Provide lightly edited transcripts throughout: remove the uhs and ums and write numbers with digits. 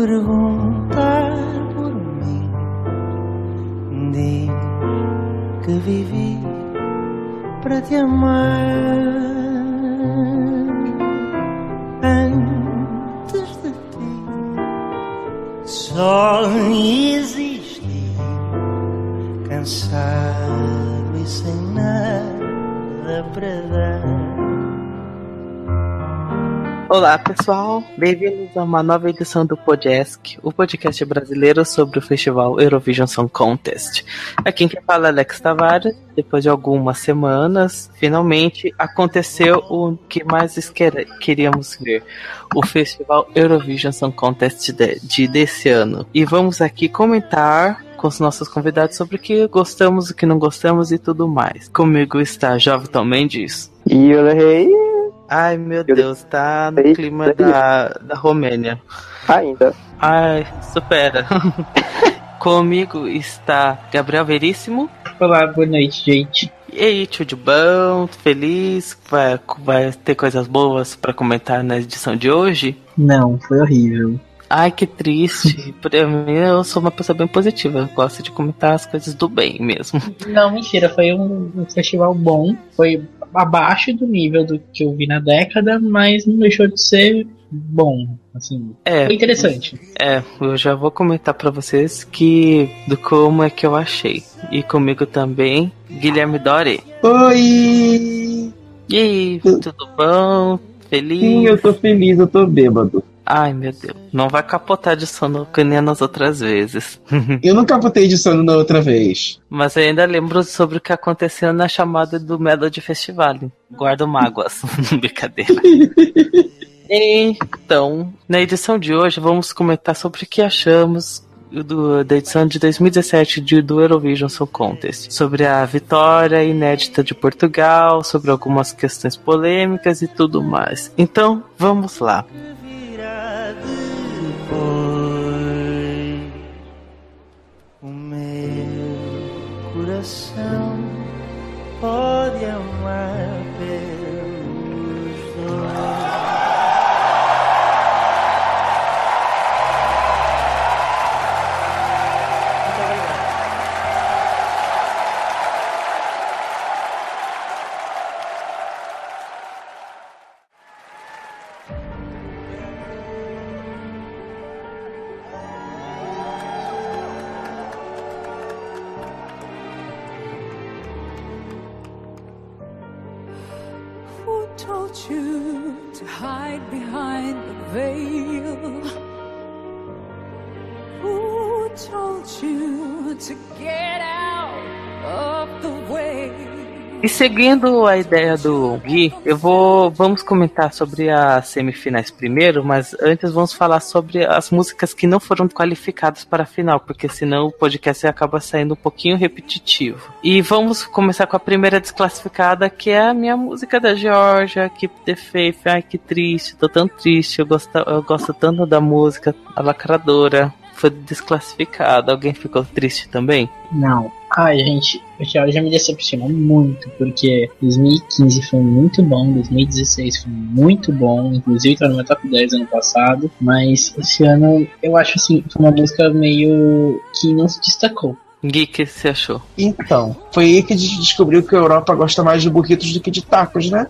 perguntar por mim, digo que vivi para te amar. Antes de ti só existi, cansado e sem nada para dar. Olá pessoal, bem-vindos a uma nova edição do Podesk, o podcast brasileiro sobre o festival Eurovision Song Contest. Aqui quem fala é Alex Tavares. Depois de algumas semanas, finalmente aconteceu o que mais queríamos ver, o festival Eurovision Song Contest desse ano. E vamos aqui comentar com os nossos convidados sobre o que gostamos, o que não gostamos e tudo mais. Comigo está Jovton Mendes. E eu errei. Ai, meu Deus, tá no clima da Romênia. Ainda. Ai, supera. Comigo está Gabriel Veríssimo. Olá, boa noite, gente. E aí, tudo bom? Feliz? Vai ter coisas boas pra comentar na edição de hoje? Não, foi horrível. Ai, que triste. Pra mim, eu sou uma pessoa bem positiva. Eu gosto de comentar as coisas do bem mesmo. Não, mentira. Foi um festival bom. Foi abaixo do nível do que eu vi na década, mas não deixou de ser bom. Assim, foi interessante. Eu já vou comentar pra vocês do como é que eu achei. E comigo também, Guilherme Dori. Oi! E aí, tudo bom? Feliz? Sim, eu tô feliz, eu tô bêbado. Ai, meu Deus. Não vai capotar de sono que nem nas outras vezes. Eu não capotei de sono na outra vez. Mas eu ainda lembro sobre o que aconteceu na chamada do Melody Festival. Guardo mágoas. Brincadeira. Então, na edição de hoje, vamos comentar sobre o que achamos da edição de 2017 do Eurovision Song Contest, sobre a vitória inédita de Portugal, sobre algumas questões polêmicas e tudo mais. Então, vamos lá. O meu coração pode amar pelos dois. Told you to hide behind the veil? Who told you to get out of the way? E seguindo a ideia do Gui, vamos comentar sobre as semifinais primeiro, mas antes vamos falar sobre as músicas que não foram qualificadas para a final, porque senão o podcast acaba saindo um pouquinho repetitivo. E vamos começar com a primeira desclassificada, que é a minha música da Geórgia, Keep the Faith. Ai, que triste, tô tão triste, eu gosto tanto da música, a lacradora foi desclassificada. Alguém ficou triste também? Não. Ai, gente, o já me decepcionou muito, porque 2015 foi muito bom, 2016 foi muito bom, inclusive tá no meu top 10 ano passado, mas esse ano eu acho assim, foi uma música meio que não se destacou. Gui, o que você achou? Então, foi aí que a gente descobriu que a Europa gosta mais de burritos do que de tacos, né?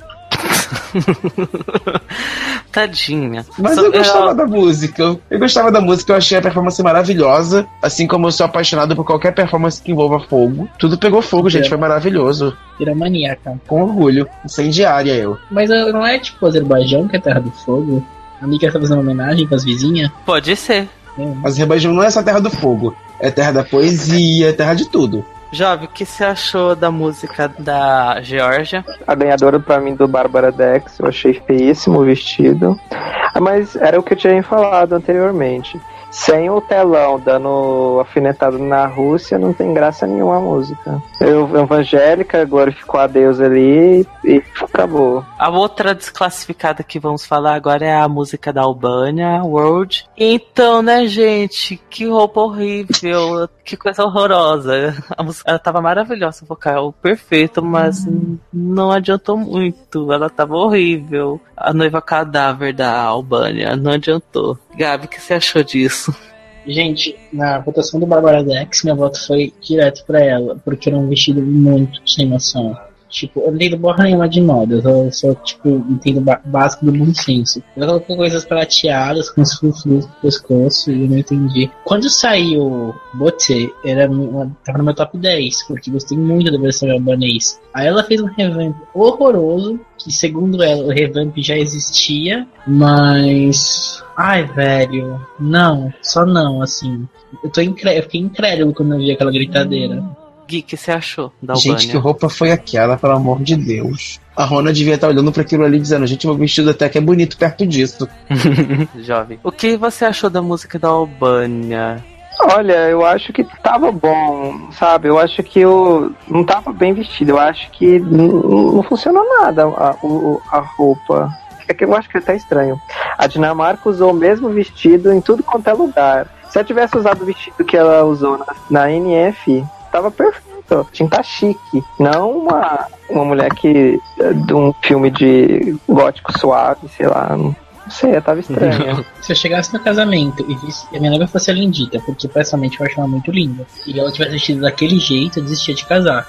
Tadinha. Mas eu gostava da música. Eu gostava da música, eu achei a performance maravilhosa. Assim como eu sou apaixonado por qualquer performance que envolva fogo. Tudo pegou fogo, gente, foi maravilhoso. Piramaníaca. Com orgulho. Incendiária eu. Mas não é tipo Azerbaijão, que é a terra do fogo? A Nika tá fazendo homenagem pras vizinhas? Pode ser. Azerbaijão não é só terra do fogo. É terra da poesia, é terra de tudo. Jovem, o que você achou da música da Geórgia? A ganhadora pra mim do Bárbara Dex, eu achei feíssimo o vestido. Mas era o que eu tinha falado anteriormente. Sem o telão dando afinetado na Rússia, não tem graça nenhuma a música. Evangélica glorificou a Deus ali e acabou. A outra desclassificada que vamos falar agora é a música da Albânia, World. Então, né, gente, que roupa horrível, que coisa horrorosa. A música, ela tava maravilhosa, o vocal perfeito, mas não adiantou muito. Ela tava horrível. A noiva cadáver da Albânia, não adiantou. Gabi, o que você achou disso? Gente, na votação do Barbara Dex, minha voto foi direto pra ela, porque era um vestido muito sem noção. Tipo, eu não entendo porra nenhuma de moda, eu só, tipo, entendo básico do bom senso. Ela colocou coisas prateadas com os frufrus no pescoço e eu não entendi. Quando saiu Bote, tava no meu top 10, porque gostei muito da versão albanês. Aí ela fez um revamp horroroso, que segundo ela, o revamp já existia, mas... Ai, velho, não, só não, assim. Eu fiquei incrédulo quando eu vi aquela gritadeira. Gui, o que você achou da Albânia? Gente, que roupa foi aquela, pelo amor de Deus? A Rona devia estar olhando para aquilo ali dizendo, gente, meu vestido até que é bonito perto disso. Jovem. O que você achou da música da Albânia? Olha, eu acho que tava bom, sabe? Eu acho que eu não tava bem vestido. Eu acho que não funcionou nada a roupa. É que eu acho que é até estranho. A Dinamarca usou o mesmo vestido em tudo quanto é lugar. Se eu tivesse usado o vestido que ela usou na NF, tava perfeito. Tinha que estar chique. Não uma mulher que de um filme de gótico suave, sei lá. Não sei, tava estranho. Se eu chegasse no casamento e a minha noiva fosse a Lindita, porque pessoalmente eu acho ela muito linda, e ela tivesse vestido daquele jeito, eu desistia de casar.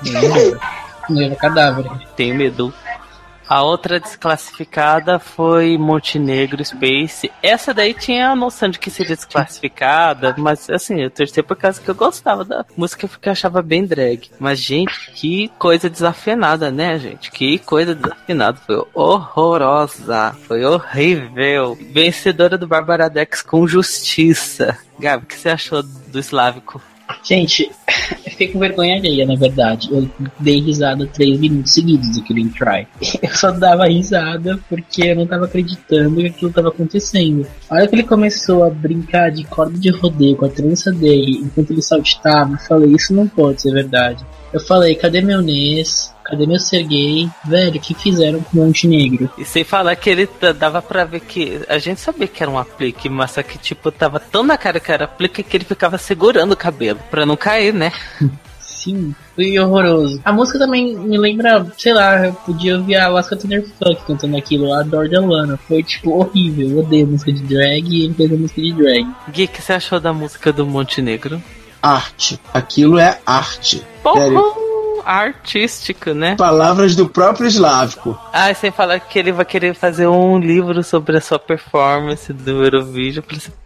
Noiva cadáver. Tenho medo. A outra desclassificada foi Montenegro Space. Essa daí tinha a noção de que seria desclassificada, mas assim, eu torci por causa que eu gostava da música porque eu achava bem drag. Mas, gente, que coisa desafinada, né, gente? Que coisa desafinada. Foi horrorosa. Foi horrível. Vencedora do Barbara Dex com justiça. Gabi, o que você achou do Slávico? Gente, eu fiquei com vergonha alheia, na verdade. Eu dei risada 3 minutos seguidos daquele Try. Eu só dava risada porque eu não tava acreditando que aquilo tava acontecendo. A hora que ele começou a brincar de corda de rodeio com a trança dele, enquanto ele saltitava, eu falei, isso não pode ser verdade. Eu falei, cadê meu Ness? Cadê meu Serguei? Velho, o que fizeram com o Montenegro? E sem falar que ele dava pra ver que... A gente sabia que era um aplique, mas só que, tipo, tava tão na cara que era aplique que ele ficava segurando o cabelo pra não cair, né? Sim, foi horroroso. A música também me lembra, sei lá, eu podia ouvir a Alaska Thunderfuck cantando aquilo, a Adore the Lana. Foi, tipo, horrível. Eu odeio música de drag e ele fez a música de drag. Gui, o que você achou da música do Montenegro? Arte. Aquilo é arte. Porra! Artístico, né? Palavras do próprio Slávico. Ah, sem falar que ele vai querer fazer um livro sobre a sua performance do Eurovision.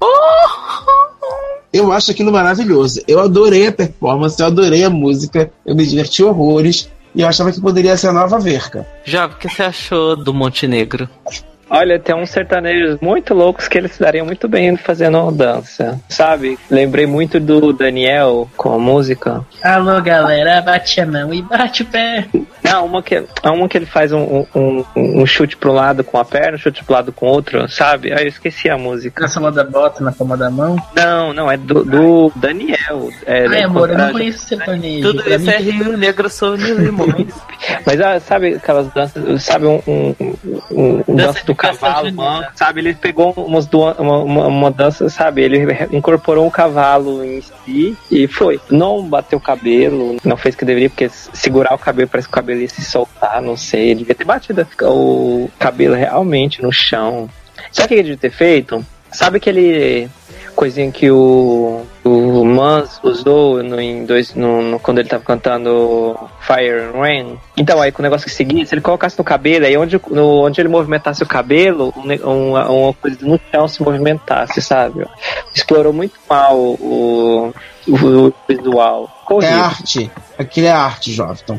Eu acho aquilo maravilhoso. Eu adorei a performance, eu adorei a música, eu me diverti horrores e eu achava que poderia ser a nova Verka. Jovem, o que você achou do Montenegro? Olha, tem uns sertanejos muito loucos que eles se dariam muito bem fazendo dança, sabe? Lembrei muito do Daniel com a música. Alô, galera, bate a mão e bate o pé. Não, uma que ele faz um chute pro lado com a perna, um chute pro lado com o outro, sabe? Ah, eu esqueci a música. Na sola da bota, na palma da mão? Não, é do Daniel. Ai, amor, eu não conheço sertanejo. Tudo isso é Rio Negro, sou Limões. Mas sabe aquelas danças, sabe dança do cavalo, mano, sabe? Ele pegou uma dança, sabe? Ele incorporou um cavalo em si e foi. Não bateu o cabelo, não fez o que deveria, porque segurar o cabelo, parece que o cabelo ia se soltar, não sei. Ele devia ter batido o cabelo realmente no chão. Sabe o que ele devia ter feito? Sabe aquele coisinha que o Mans usou quando ele tava cantando Fire and Rain? Então, aí com o negócio que seguia, se ele colocasse no cabelo, aí onde ele movimentasse o cabelo, uma coisa no chão se movimentasse, sabe? Explorou muito mal o visual. É arte. Aquilo é arte, Jovem.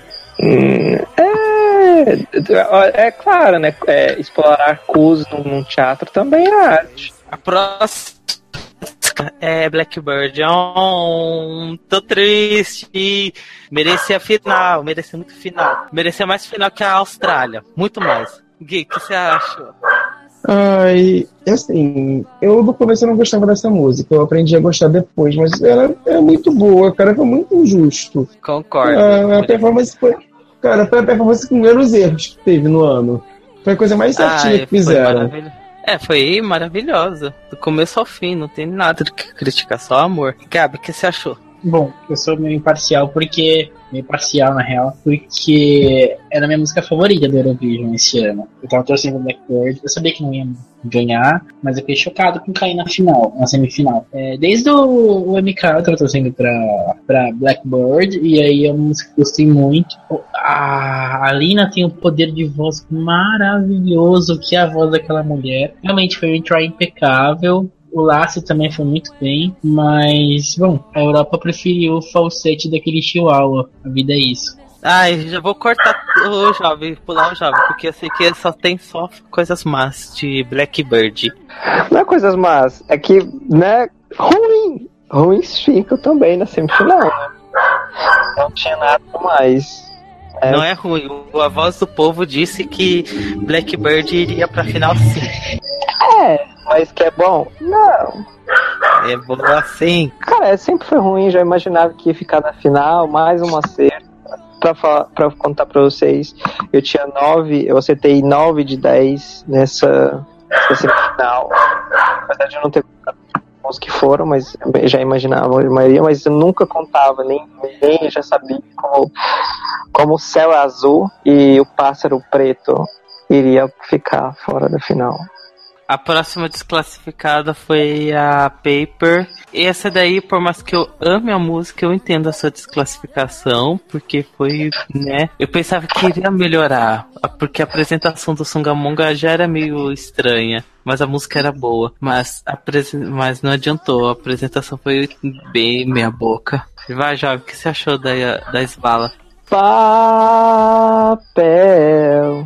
É claro, né? Explorar cus num teatro também é arte. A próxima é Blackbird. Tô triste. Merecia final, merecia muito final. Merecia mais final que a Austrália. Muito mais. Gui, o que você achou? Ai, assim, eu no começo eu não gostava dessa música, eu aprendi a gostar depois, mas ela é muito boa, cara, foi muito injusto. Concordo. A performance foi a performance com menos erros que teve no ano. Foi a coisa mais certinha que fizeram. Foi maravilhosa. Do começo ao fim, não tem nada do que criticar, só amor. Gabi, o que você achou? Bom, eu sou meio imparcial porque... Meio parcial, na real. Porque era a minha música favorita do Eurovision esse ano. Eu tava torcendo pro Blackbird. Eu sabia que não ia ganhar, mas eu fiquei chocado com cair na final, na semifinal. Desde o MK eu tava torcendo pra Blackbird. E aí é uma música que eu gostei muito. A Lina tem um poder de voz maravilhoso, que é a voz daquela mulher. Realmente foi um try impecável. O Lácio também foi muito bem, mas, bom, a Europa preferiu o falsete daquele chihuahua. A vida é isso. Ai, já vou cortar o jovem, pular o jovem, porque eu sei que só tem coisas más de Blackbird. Não é coisas más, é que, né, ruins ficam também na semifinal, né? Não tinha nada mais. Não é ruim, a voz do povo disse que Blackbird iria pra final sim. Mas que é bom? Não. É bom assim. Cara, sempre foi ruim, já imaginava que ia ficar na final, mais um acerto. Pra contar pra vocês, eu acertei 9 de 10 nessa semifinal. Apesar de eu não ter os que foram, mas eu já imaginava a maioria, mas eu nunca contava, nem já sabia como o céu azul e o pássaro preto iria ficar fora da final. A próxima desclassificada foi a Paper. E essa daí, por mais que eu ame a música, eu entendo a sua desclassificação, porque foi, né? Eu pensava que iria melhorar, porque a apresentação do Songamonga já era meio estranha, mas a música era boa. Mas não adiantou, a apresentação foi bem meia boca. Vai, Jovem, o que você achou da Svala? Papel.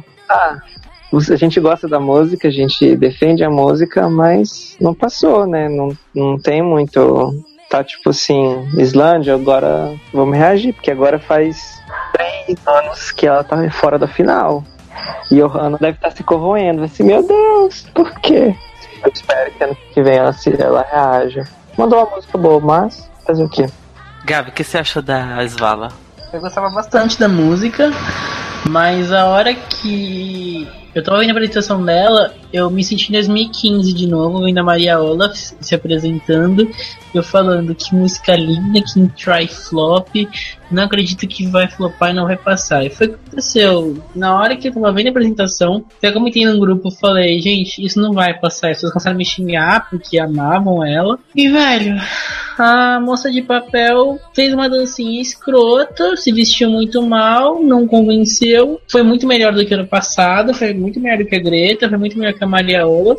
A gente gosta da música, a gente defende a música, mas não passou, né? Não tem muito. Tá tipo assim, Islândia, agora vamos reagir, porque agora faz 3 anos que ela tá fora da final. E o Hanna deve estar se corroendo, vai assim, meu Deus, por quê? Eu espero que ano que vem ela reaja. Mandou uma música boa, mas fazer o quê? Gabi, o que você achou da Svala? Eu gostava bastante da música, mas a hora que eu tava vendo a apresentação dela, eu me senti em 2015 de novo, vendo a Maria Olaf se apresentando, eu falando que música linda, que try flop, não acredito que vai flopar e não vai passar. E foi o que aconteceu. Na hora que eu tava vendo a apresentação, até comentei no grupo, falei, gente, isso não vai passar. As pessoas começaram a me xingar porque amavam ela. E, velho, a moça de papel fez uma dancinha escrota, se vestiu muito mal, não convenceu. Foi muito melhor do que ano passado, foi muito melhor do que a Greta, foi muito melhor que a Maria Olaf,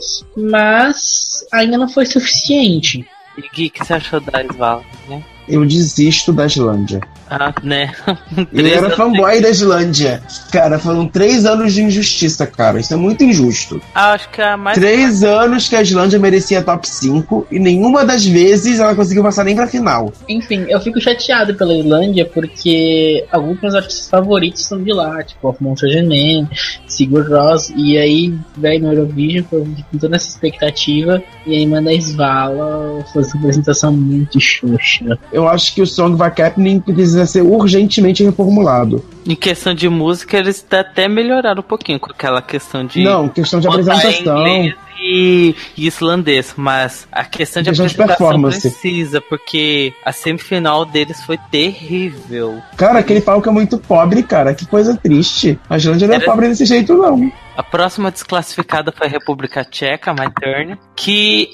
mas ainda não foi suficiente. E Gui, o que você achou da Svala, né? Eu desisto da Islândia. Né? Eu era fanboy da Islândia. Cara, foram 3 anos de injustiça, cara. Isso é muito injusto. Acho que a mais... 3 anos que a Islândia merecia top 5 e nenhuma das vezes ela conseguiu passar nem pra final. Enfim, eu fico chateado pela Islândia porque alguns meus artistas favoritos são de lá, tipo Monster Gemen, Sigur Rós, e aí veio no Eurovision com toda essa expectativa e aí manda a Svala fazer uma apresentação muito xoxa. Eu acho que o Song Vakapning precisa ser urgentemente reformulado. Em questão de música, eles até melhoraram um pouquinho com aquela questão de... Não, questão de apresentação. E islandês, mas a questão de apresentação precisa, porque a semifinal deles foi terrível. Cara, aquele palco é muito pobre, cara. Que coisa triste. A Islândia não é pobre desse jeito, não. A próxima desclassificada foi a República Tcheca, My Turn, que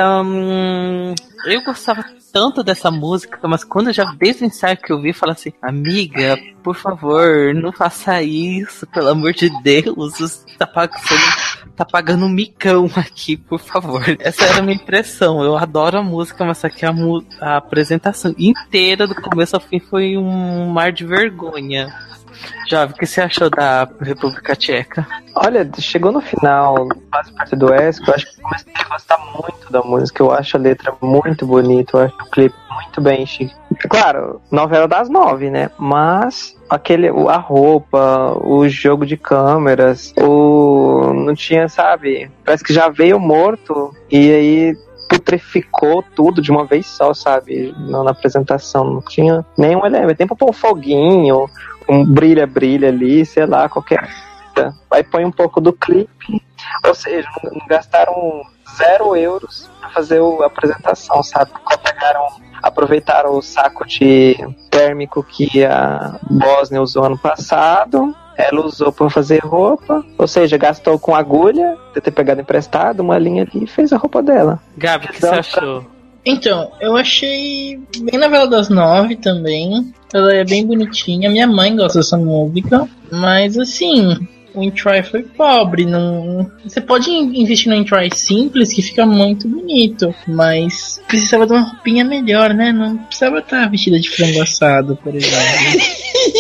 eu gostava tanto dessa música, mas quando eu já desde o ensaio que eu vi, eu falei assim, amiga, por favor, não faça isso, pelo amor de Deus, você tá pagando um micão aqui, por favor. Essa era a minha impressão. Eu adoro a música, mas aqui a apresentação inteira, do começo ao fim, foi um mar de vergonha. Jovem, o que você achou da República Tcheca? Olha, chegou no final, quase parte do ESC, eu acho que comecei a gostar muito da música, eu acho a letra muito bonita, eu acho o clipe muito bem chique. Claro, novela das 9, né? Mas a roupa, o jogo de câmeras, não tinha, sabe? Parece que já veio morto e aí putreficou tudo de uma vez só, sabe? Na apresentação, não tinha nenhum elemento, nem pra pôr um foguinho, um brilha-brilha ali, sei lá, qualquer coisa. Aí põe um pouco do clipe, ou seja, não gastaram 0 euros pra fazer a apresentação, sabe? Pegaram aproveitaram o saco de térmico que a Bosnia usou ano passado. Ela usou pra fazer roupa, ou seja, gastou com agulha, de ter pegado emprestado uma linha ali e fez a roupa dela. Gabi, o que você achou? Então, eu achei bem novela das 9 também. Ela é bem bonitinha. Minha mãe gosta dessa música, mas assim, o Intry foi pobre. Não... Você pode investir no Intry simples, que fica muito bonito, mas precisava de uma roupinha melhor, né? Não precisava estar vestida de frango assado, por exemplo.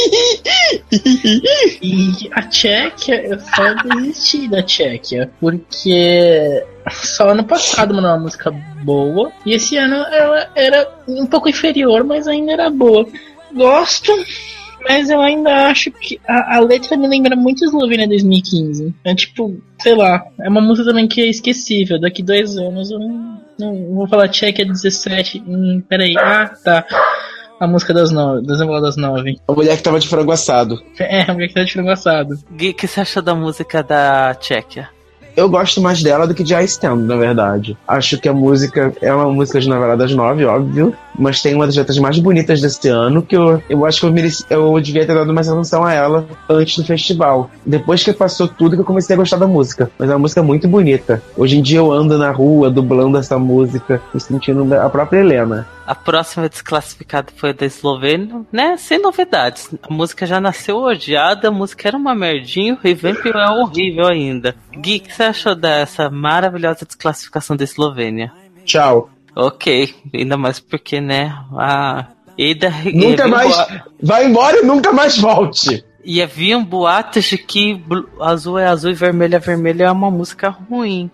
E a Tchequia, eu só desisti da Tchequia, porque só ano passado mandou uma música boa, e esse ano ela era um pouco inferior, mas ainda era boa. Gosto, mas eu ainda acho que a letra me lembra muito Eslovênia 2015. É tipo, sei lá, é uma música também que é esquecível. Daqui 2 anos eu não vou falar Tchequia 17. Peraí, tá. A música das 9, das novelas das 9. A mulher que tava de frango assado. É, a mulher que tava de frango assado. Gui, o que você achou da música da Tchequia? Eu gosto mais dela do que de I Stand, na verdade. Acho que a música é uma música de novela das 9, óbvio, mas tem uma das letras mais bonitas desse ano, que eu acho que eu devia ter dado mais atenção a ela antes do festival. Depois que passou tudo que eu comecei a gostar da música. Mas é uma música muito bonita. Hoje em dia eu ando na rua dublando essa música, me sentindo a própria Helena. A próxima desclassificada foi a da Eslovênia, né? Sem novidades. A música já nasceu odiada, a música era uma merdinha, o revamp é horrível ainda. Gui, o que você achou dessa maravilhosa desclassificação da Eslovênia? Tchau. Ok, ainda mais porque, né? A Ida... Nunca mais... Vai embora e nunca mais volte! E haviam boatos de que azul é azul e vermelho é vermelho é uma música ruim.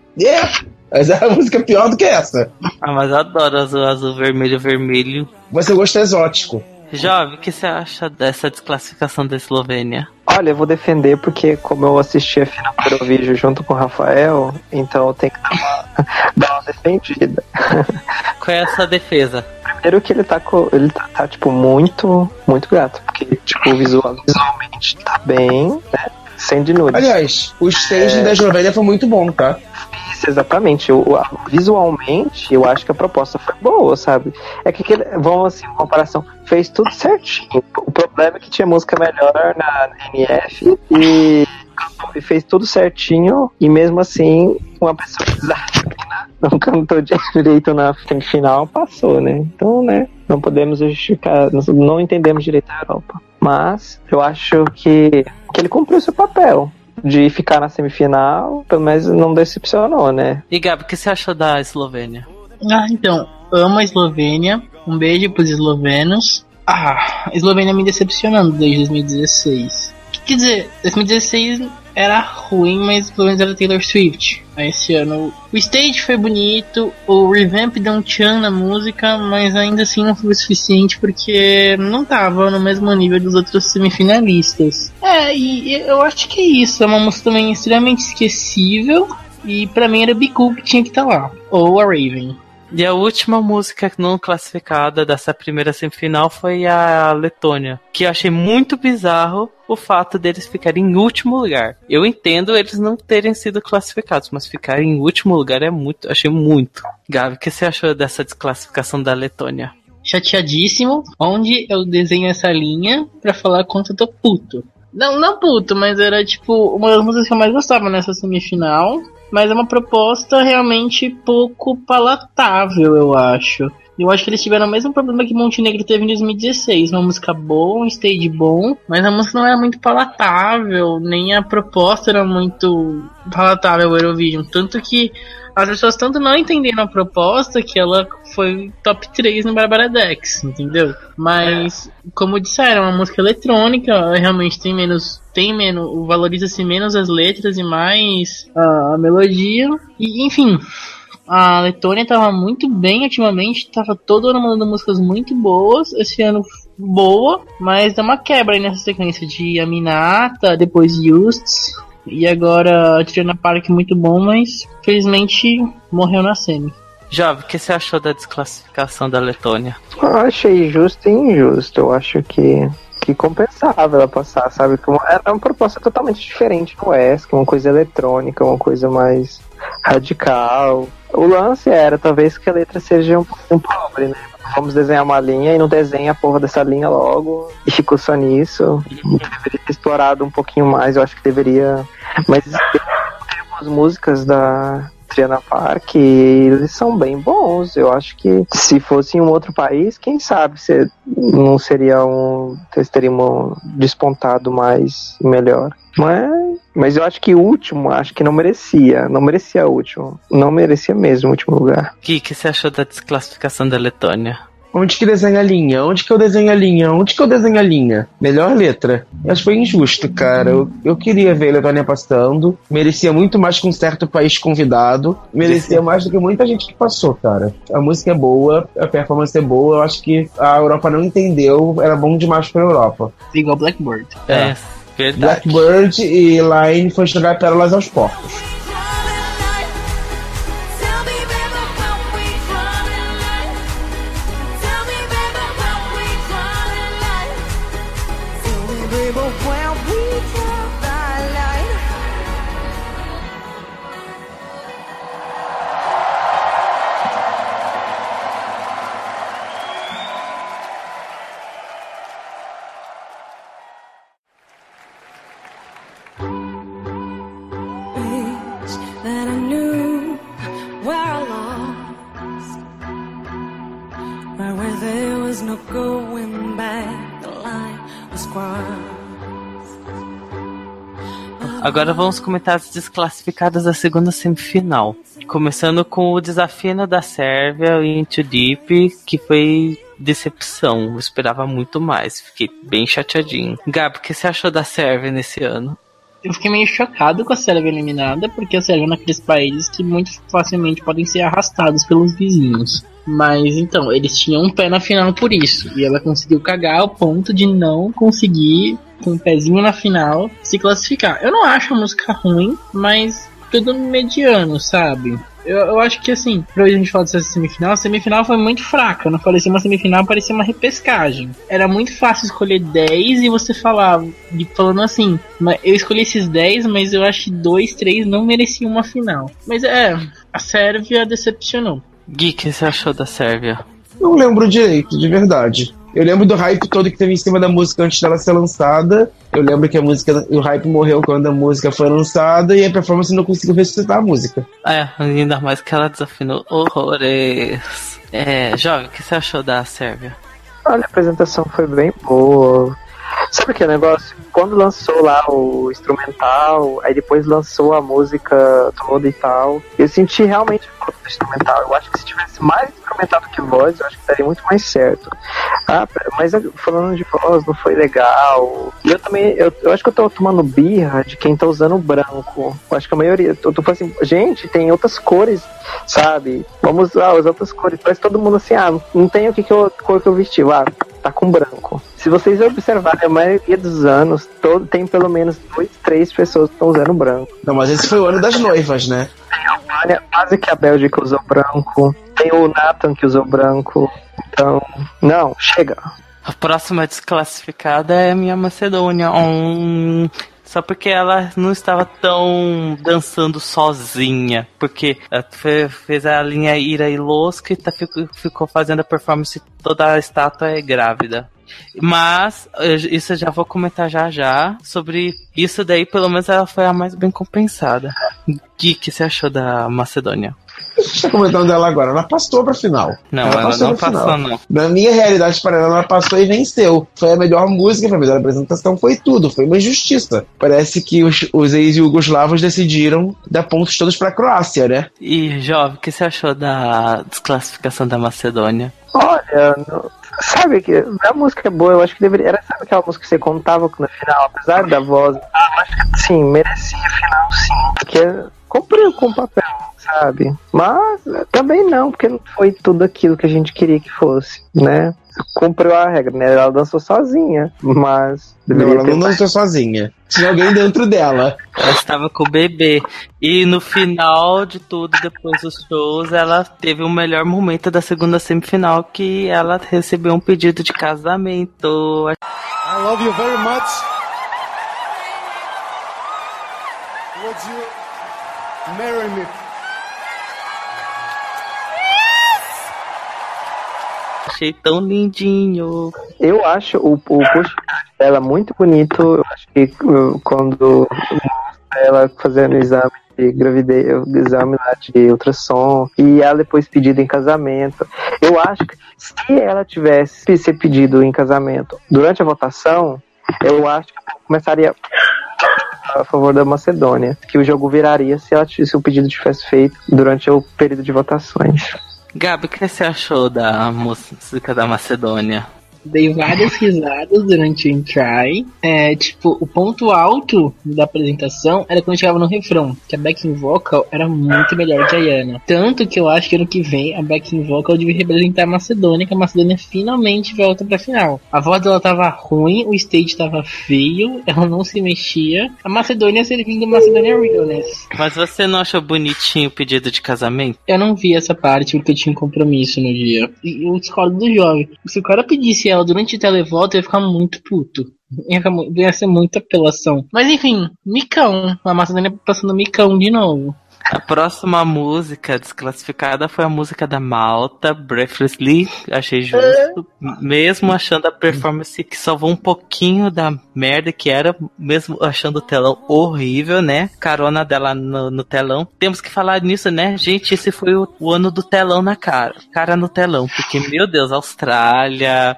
Mas é a música pior do que essa. Ah, mas eu adoro azul, azul, vermelho, vermelho. Você gosta exótico. Jovem, o que você acha dessa desclassificação da Eslovênia? Olha, eu vou defender porque como eu assisti a final do Eurovision junto com o Rafael, então eu tenho que dar uma defendida. Qual é essa defesa? Primeiro que ele tá tipo, muito, muito gato. Porque, tipo, visualmente tá bem, né? Sem de nudes. Aliás, o staging da Eslovênia foi muito bom, tá? Isso, exatamente. Visualmente, eu acho que a proposta foi boa, sabe? É que vamos assim, uma comparação, fez tudo certinho. O problema é que tinha música melhor na NF e fez tudo certinho, e mesmo assim, uma pessoa que não cantou direito na final passou, né? Então, né? Não podemos justificar, não entendemos direito a Europa. Mas eu acho que ele cumpriu seu papel de ficar na semifinal, pelo menos não decepcionou, né? E Gabi, o que você achou da Eslovênia? Então, amo a Eslovênia. Um beijo pros eslovenos. A Eslovênia me decepcionando desde 2016. Quer dizer, 2016 era ruim, mas pelo menos era Taylor Swift. Esse ano o stage foi bonito, o revamp deu um tchan na música, mas ainda assim não foi o suficiente porque não tava no mesmo nível dos outros semifinalistas. E eu acho que é isso, é uma música também extremamente esquecível, e pra mim era Biku que tinha que estar lá, ou a Raven. E a última música não classificada dessa primeira semifinal foi a Letônia, que eu achei muito bizarro o fato deles ficarem em último lugar. Eu entendo eles não terem sido classificados, mas ficarem em último lugar achei muito. Gabi, o que você achou dessa desclassificação da Letônia? Chateadíssimo, onde eu desenho essa linha pra falar quanto eu tô puto. Não puto, mas era tipo uma das músicas que eu mais gostava nessa semifinal. Mas é uma proposta realmente pouco palatável, eu acho. Eu acho que eles tiveram o mesmo problema que Montenegro teve em 2016. Uma música boa, um stage bom, mas a música não era muito palatável, nem a proposta era muito palatável, o Eurovision. Tanto que as pessoas tanto não entenderam a proposta que ela foi top 3 no Barbara Dex, entendeu? Mas, como disseram, a música eletrônica realmente tem menos, valoriza-se menos as letras e mais a melodia. E, enfim, a Letônia estava muito bem ultimamente, estava todo ano mandando músicas muito boas. Esse ano boa, mas dá uma quebra aí nessa sequência de Aminata, depois Justs. E agora a Triana Park muito bom, mas felizmente morreu na semi. Jovem, o que você achou da desclassificação da Letônia? Eu achei justo e injusto. Eu acho que compensava ela passar, sabe? Era uma proposta totalmente diferente do ESC, uma coisa eletrônica, uma coisa mais radical. O lance era talvez que a letra seja um pobre, né? vamos desenhar uma linha e não desenha a porra dessa linha logo e ficou só nisso. Deveria ter explorado um pouquinho mais, eu acho que deveria. Mas as músicas da Triana Park, eles são bem bons. Eu acho que se fosse em um outro país, quem sabe se não seria eles teriam despontado mais e melhor. Mas eu acho que o último, acho que não merecia o último. Não merecia mesmo o último lugar. O que você achou da desclassificação da Letônia? Onde que desenha a linha? Onde que eu desenho a linha? Onde que eu desenho a linha? Melhor letra. Acho que foi injusto, cara. Eu queria ver a Letônia passando. Merecia muito mais que um certo país convidado. Merecia mais do que muita gente que passou, cara. A música é boa, a performance é boa. Eu acho que a Europa não entendeu. Era bom demais pra Europa. Igual Blackbird. É, verdade. Blackbird e Line foi jogar pérolas aos porcos. That I knew were lost, right where there was no going back, the line was crossed. Agora vamos comentar as desclassificadas da segunda semifinal. Começando com o desafio da Sérvia, Into Deep, que foi decepção. Eu esperava muito mais, fiquei bem chateadinho. Gabi, o que você achou da Sérvia nesse ano? Eu fiquei meio chocado com a Sérvia eliminada, porque a Sérvia é naqueles países que muito facilmente podem ser arrastados pelos vizinhos. Mas então, eles tinham um pé na final por isso, e ela conseguiu cagar ao ponto de não conseguir, com um pezinho na final, se classificar. Eu não acho a música ruim, mas tudo mediano, sabe? Eu acho que assim, pra a gente falar dessa semifinal, a semifinal foi muito fraca. Não parecia uma semifinal, parecia uma repescagem. Era muito fácil escolher 10 e você falando assim, eu escolhi esses 10, mas eu acho que 2, 3 não mereciam uma final. Mas a Sérvia decepcionou. Gui, o que você achou da Sérvia? Não lembro direito, de verdade. Eu lembro do hype todo que teve em cima da música antes dela ser lançada. Eu lembro que o hype morreu quando a música foi lançada e a performance não conseguiu ressuscitar a música. Ainda mais que ela desafinou horrores. Jovem, o que você achou da Sérvia? Olha, a apresentação foi bem boa. Sabe que negócio? Quando lançou lá o instrumental, aí depois lançou a música toda e tal, eu senti realmente falta do instrumental. Eu acho que se tivesse mais instrumental do que voz, eu acho que daria muito mais certo. Mas falando de voz, não foi legal. E eu também, eu acho que eu tô tomando birra de quem tá usando branco. Eu acho que a maioria, eu tô falando assim, gente, tem outras cores, sabe? Vamos usar as outras cores. Parece todo mundo assim, não tem cor que eu vesti, tá com branco. Se vocês observarem, a maioria dos anos, tem pelo menos 2, 3 pessoas que estão usando branco. Não, mas esse foi o ano das noivas, né? Tem a Albânia, quase que a Bélgica usou branco. Tem o Nathan que usou branco. Então, não, chega. A próxima desclassificada é a minha Macedônia. Só porque ela não estava tão dançando sozinha. Porque ela fez a linha Ira e Losca e ficou fazendo a performance, toda a estátua é grávida. Mas, isso eu já vou comentar já sobre isso daí, pelo menos ela foi a mais bem compensada. Gui, o que você achou da Macedônia? A gente tá comentando dela agora, ela passou pra final. Não, ela não passou, não. Na minha realidade paralela, ela passou e venceu. Foi a melhor música, foi a melhor apresentação, foi tudo. Foi uma injustiça. Parece que os ex-jugoslavos decidiram dar pontos todos pra Croácia, né? E, Jovem, o que você achou da desclassificação da Macedônia? Olha, sabe que a música é boa, eu acho que deveria. Sabe aquela música que você contava na final, apesar da voz? Eu acho que sim, merecia final, sim. Porque cumpriu com o papel, sabe? Mas também não, porque não foi tudo aquilo que a gente queria que fosse, né? Cumpriu a regra, né? Ela dançou sozinha, mas... Não, ela não dançou sozinha. Tinha alguém dentro dela. Ela estava com o bebê. E no final de tudo, depois dos shows, ela teve o melhor momento da segunda semifinal, que ela recebeu um pedido de casamento. I love you very much. Would you marry me? achei tão lindinho. Eu acho o push dela muito bonito. Eu acho que quando ela fazendo exame de gravidez, exame lá de ultrassom, e ela depois pedida em casamento. Eu acho que se ela tivesse ser pedido em casamento durante a votação, eu acho que começaria a favor da Macedônia, que o jogo viraria se o pedido tivesse feito durante o período de votações. Gabi, o que você achou da música da Macedônia? Dei várias risadas durante o Entry. O ponto alto da apresentação era quando chegava no refrão, que a backing vocal era muito melhor que a Yana. Tanto que eu acho que ano que vem a backing vocal devia representar a Macedônia, que a Macedônia finalmente volta pra final. A voz dela tava ruim, o stage tava feio, ela não se mexia. A Macedônia servindo Macedônia Realness. Mas você não achou bonitinho o pedido de casamento? Eu não vi essa parte porque eu tinha um compromisso no dia. E eu discordo do jovem. Se o cara pedisse ela durante o televoto, eu ia ficar muito puto. Ia ser muita apelação. Mas enfim, micão. A Macedônia passando micão de novo. A próxima música desclassificada foi a música da Malta, Breathlessly. Achei justo. Mesmo achando a performance que salvou um pouquinho da merda que era, mesmo achando o telão horrível, né? Carona dela no telão. Temos que falar nisso, né? Gente, esse foi o ano do telão na cara. Cara no telão. Porque, meu Deus, Austrália,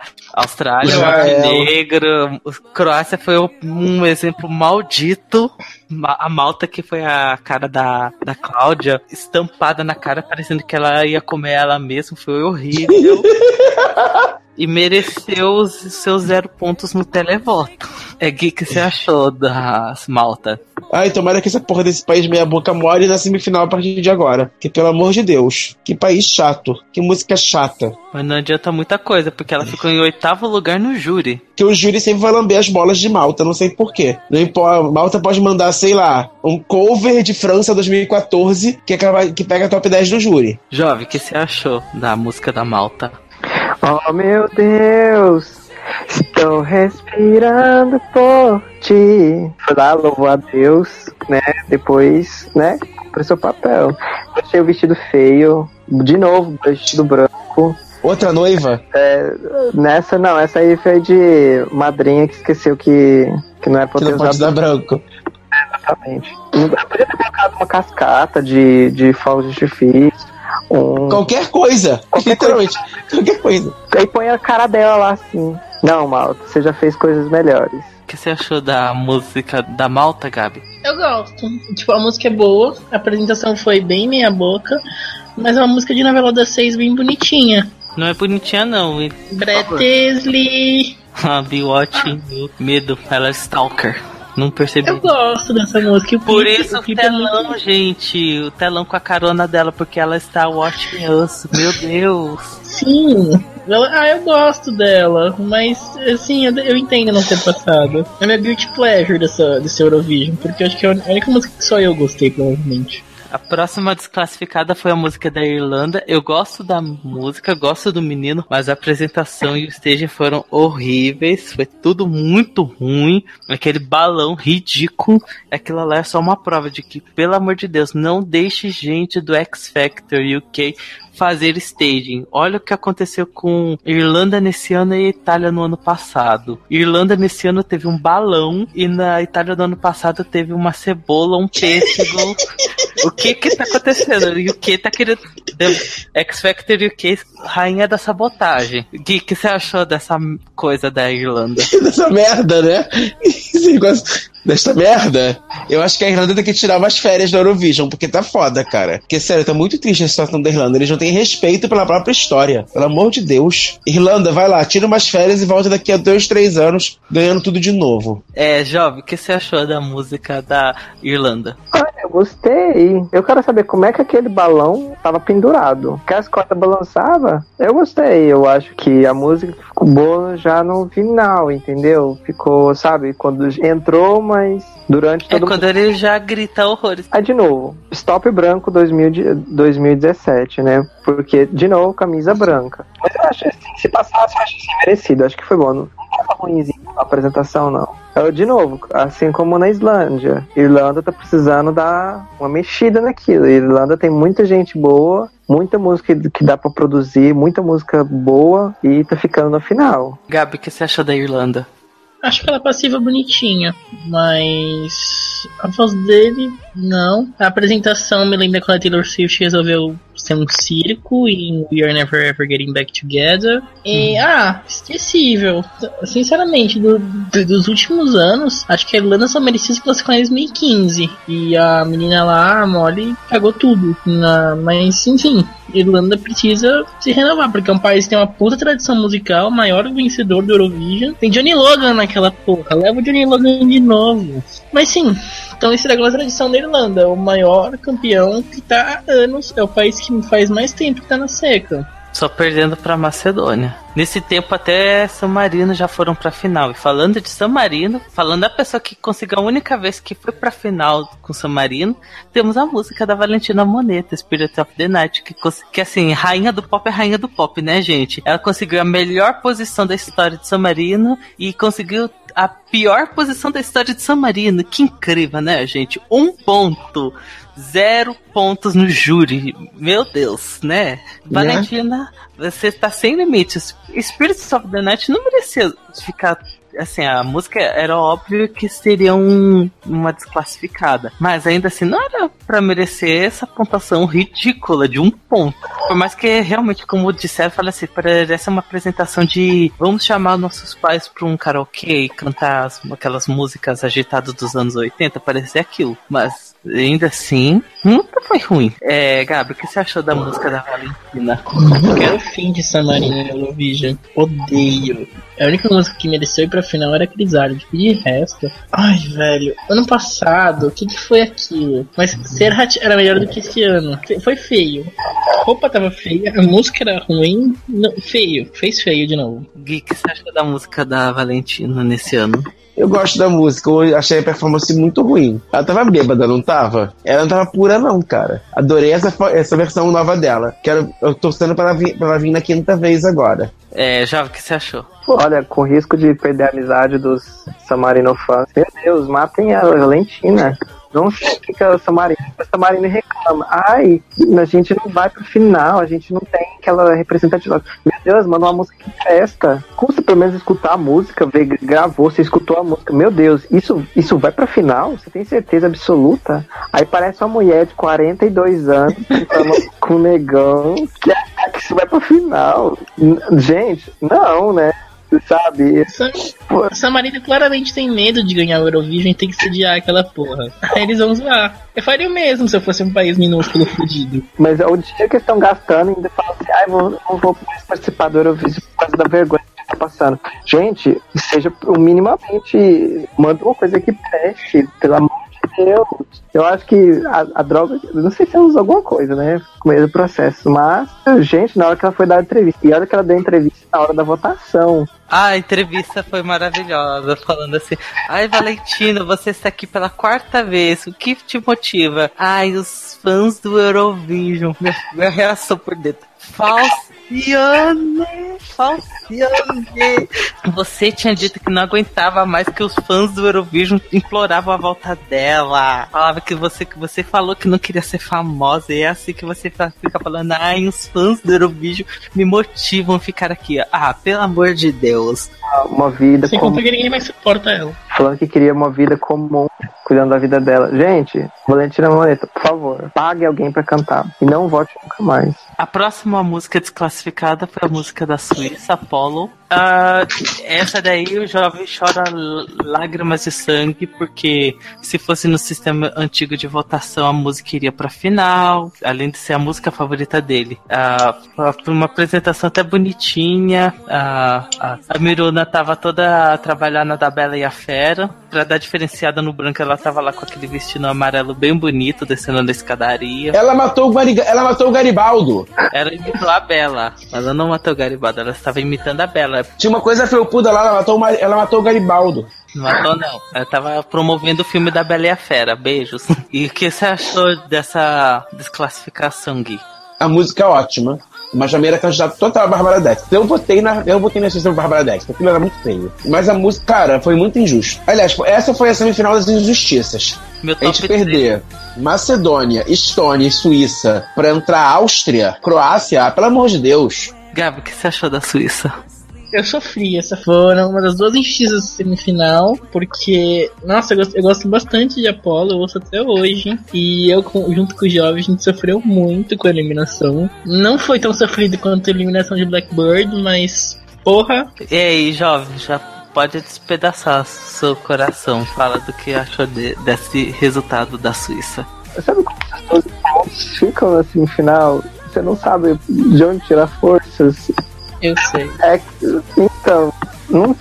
Montenegro, Croácia foi um exemplo maldito. A Malta, que foi a cara da Cláudia, estampada na cara, parecendo que ela ia comer ela mesma, foi horrível. E mereceu os seus 0 pontos no televoto. Gui, o que você achou das Malta? Ai, tomara que essa porra desse país meia boca more na semifinal a partir de agora. Que pelo amor de Deus, que país chato, que música chata. Mas não adianta muita coisa, porque ela ficou em 8º lugar no júri. Que o júri sempre vai lamber as bolas de Malta, não sei porquê. Malta pode mandar, sei lá, um cover de França 2014 que pega a top 10 do júri. Jovem, o que você achou da música da Malta? Oh meu Deus, estou respirando por ti. Foi lá, louvou a Deus, né? Depois, né? Cumpriu seu papel. Eu achei o vestido feio. De novo, vestido branco. Outra noiva? Essa aí foi de madrinha que esqueceu que não era pra ter usado. Pode dar branco. Exatamente. Eu podia ter colocado uma cascata de fogos de artifício. Qualquer coisa. Literalmente. Qualquer coisa. Aí põe a cara dela lá assim. Não, Malta, você já fez coisas melhores. O que você achou da música da Malta, Gabi? Eu gosto. A música é boa, a apresentação foi bem meia boca, mas é uma música de novela das 6 bem bonitinha. Não é bonitinha, não. Bretesley. Be watching you. Medo, ela é stalker. Não percebi. Eu gosto dessa música. Por isso o telão, gente. O telão com a carona dela, porque ela está watching us. Meu Deus. Sim. Eu gosto dela, mas assim, eu entendo não ter passado. É minha guilty pleasure desse Eurovision, porque eu acho que é a única música que só eu gostei, provavelmente. A próxima desclassificada foi a música da Irlanda. Eu gosto da música, gosto do menino, mas a apresentação e o stage foram horríveis. Foi tudo muito ruim. Aquele balão ridículo. Aquilo lá é só uma prova de que, pelo amor de Deus, não deixe gente do X Factor UK fazer staging. Olha o que aconteceu com Irlanda nesse ano e Itália no ano passado. Irlanda nesse ano teve um balão e na Itália do ano passado teve uma cebola, um pêssego. O que tá acontecendo? O UK tá querendo... X Factor UK, rainha da sabotagem. Gui, o que você achou dessa coisa da Irlanda? Dessa merda, né? Esse negócio... Desta merda, eu acho que a Irlanda tem que tirar umas férias da Eurovision, porque tá foda, cara. Porque, sério, tá muito triste a situação da Irlanda. Eles não têm respeito pela própria história. Pelo amor de Deus. Irlanda, vai lá, tira umas férias e volta daqui a 2, 3 anos, ganhando tudo de novo. Jovem, o que você achou da música da Irlanda? Eu gostei. Eu quero saber como é que aquele balão tava pendurado. Que as cordas balançavam. Eu gostei. Eu acho que a música ficou boa já no final, entendeu? Ficou, sabe, quando entrou, mas durante todo quando ele já grita horrores. De novo, Stop Branco 2017, né? Porque, de novo, camisa branca. Mas eu acho assim, se passasse, eu acho assim, merecido. Acho que foi bom. Não tava ruimzinho a apresentação, não. De novo, assim como na Islândia. Irlanda tá precisando dar uma mexida naquilo. Irlanda tem muita gente boa, muita música que dá pra produzir, muita música boa e tá ficando no final. Gabi, o que você achou da Irlanda? Acho que ela passiva bonitinha, mas a voz dele, não. A apresentação me lembra quando a Taylor Swift resolveu ser um circo em We Are Never Ever Getting Back Together. E, esquecível. Sinceramente, dos últimos anos, acho que a Irlanda só merecia se classificar em 2015. E a menina lá, a Molly, cagou tudo. Mas, enfim, Irlanda precisa se renovar, porque é um país que tem uma puta tradição musical, o maior vencedor do Eurovision. Tem Johnny Logan naquela porra, leva o Johnny Logan de novo. Mas sim, então esse é a tradição da Irlanda, o maior campeão que tá há anos, é o país que faz mais tempo que tá na seca. Só perdendo pra Macedônia. Nesse tempo até San Marino já foram pra final. E falando de San Marino, falando da pessoa que conseguiu a única vez que foi pra final com San Marino, temos a música da Valentina Monetta, Spirit of the Night, que assim, rainha do pop, né, gente? Ela conseguiu a melhor posição da história de San Marino e conseguiu a pior posição da história de San Marino. Que incrível, né, gente? 1 ponto. 0 pontos no júri. Meu Deus, né? Valentina, você tá sem limites. Spirits of the Night não merecia ficar... Assim, a música era óbvio que seria uma desclassificada. Mas ainda assim, não era pra merecer essa pontuação ridícula de 1 ponto. Por mais que realmente, como disseram, fala assim, parece uma apresentação de vamos chamar nossos pais pra um karaokê e cantar aquelas músicas agitadas dos anos 80, parecia aquilo. Mas ainda assim, nunca foi ruim. Gabi, o que você achou da música da Valentina? Quero o fim de San Marino no Eurovision. Odeio. A única música que mereceu ir pra final era Crisálide. De resto... Ai, velho. Ano passado, o que foi aquilo? Mas Serhat era melhor do que esse ano. Foi feio. A roupa tava feia, a música era ruim. Não, feio. Fez feio de novo. Gui, o que você achou da música da Valentina nesse ano? Eu gosto da música, eu achei a performance muito ruim. Ela tava bêbada, não tava? Ela não tava pura não, cara. Adorei essa versão nova dela. Eu tô torcendo pra ela vir na 5ª vez agora. Jovem, o que você achou? Olha, com risco de perder a amizade dos San Marino fãs. Meu Deus, matem a Valentina. Não sei o que a Samarina reclama. Ai, a gente não vai pro final, a gente não tem aquela representatividade. Meu Deus, manda uma música que festa. Custa pelo menos escutar a música, gravou, você escutou a música. Meu Deus, isso vai pra final? Você tem certeza absoluta? Aí parece uma mulher de 42 anos com um negão que isso vai pra final. Gente, não, né? Sabe? Essa Marina claramente tem medo de ganhar o Eurovision e tem que sediar aquela porra. Aí eles vão zoar. Eu faria o mesmo se eu fosse um país minúsculo fudido. Mas é o dinheiro que eles estão gastando e ainda falam assim, não vou mais participar do Eurovision por causa da vergonha que tá passando. Gente, seja minimamente, manda uma coisa que preste, pelo amor de Deus. Eu acho que a droga, não sei se ela usou alguma coisa, né? Com meio do processo, mas, gente, na hora que ela foi dar a entrevista, e a hora que ela deu a entrevista, na hora da votação. A entrevista foi maravilhosa, falando assim, ai Valentina, você está aqui pela 4ª vez, o que te motiva? Ai, os fãs do Eurovision, minha reação por dentro. Falciane! Você tinha dito que não aguentava mais, que os fãs do Eurovision imploravam a volta dela. Falava que você falou que não queria ser famosa, e é assim que você fica falando, ai, os fãs do Eurovision me motivam a ficar aqui. Ah, pelo amor de Deus. Uma vida sem contar que ninguém mais suporta ela. Falando que queria uma vida comum, cuidando da vida dela. Gente, Valentina Monetta, por favor, pague alguém pra cantar e não vote nunca mais. A próxima música desclassificada foi a música da Suíça, Apollo. Essa daí o jovem chora lágrimas de sangue, porque se fosse no sistema antigo de votação, a música iria pra final, além de ser a música favorita dele. Foi uma apresentação até bonitinha. A Miruna tava toda trabalhando da Bela e a Fera. Pra dar diferenciada no branco, ela tava lá com aquele vestido amarelo bem bonito, descendo na escadaria. Ela matou o Garibaldo. Ela imitou a Bela, mas ela não matou o Garibaldo, ela estava imitando a Bela. Tinha uma coisa felpuda lá, ela matou o Garibaldo. Não matou, não. Ela tava promovendo o filme da Bela e a Fera. Beijos. E o que você achou dessa desclassificação, Gui? A música é ótima. Mas também era candidato total a Bárbara Dexter. Eu votei na Suíça pra Bárbara Dexter. Aquilo era muito feio. Mas a música, cara, foi muito injusto. Aliás, essa foi a semifinal das injustiças. A gente perder Macedônia, Estônia e Suíça pra entrar Áustria, Croácia, pelo amor de Deus. Gabi, o que você achou da Suíça? Eu sofri, essa foi uma das duas injustiças da semifinal, porque, nossa, eu gosto bastante de Apollo, eu ouço até hoje, e eu, junto com os jovens, a gente sofreu muito com a eliminação. Não foi tão sofrido quanto a eliminação de Blackbird, mas, porra... E aí, jovem, já pode despedaçar seu coração, fala do que achou desse resultado da Suíça. Sabe como as pessoas ficam na semifinal? Você não sabe de onde tirar forças. Eu sei. Então, não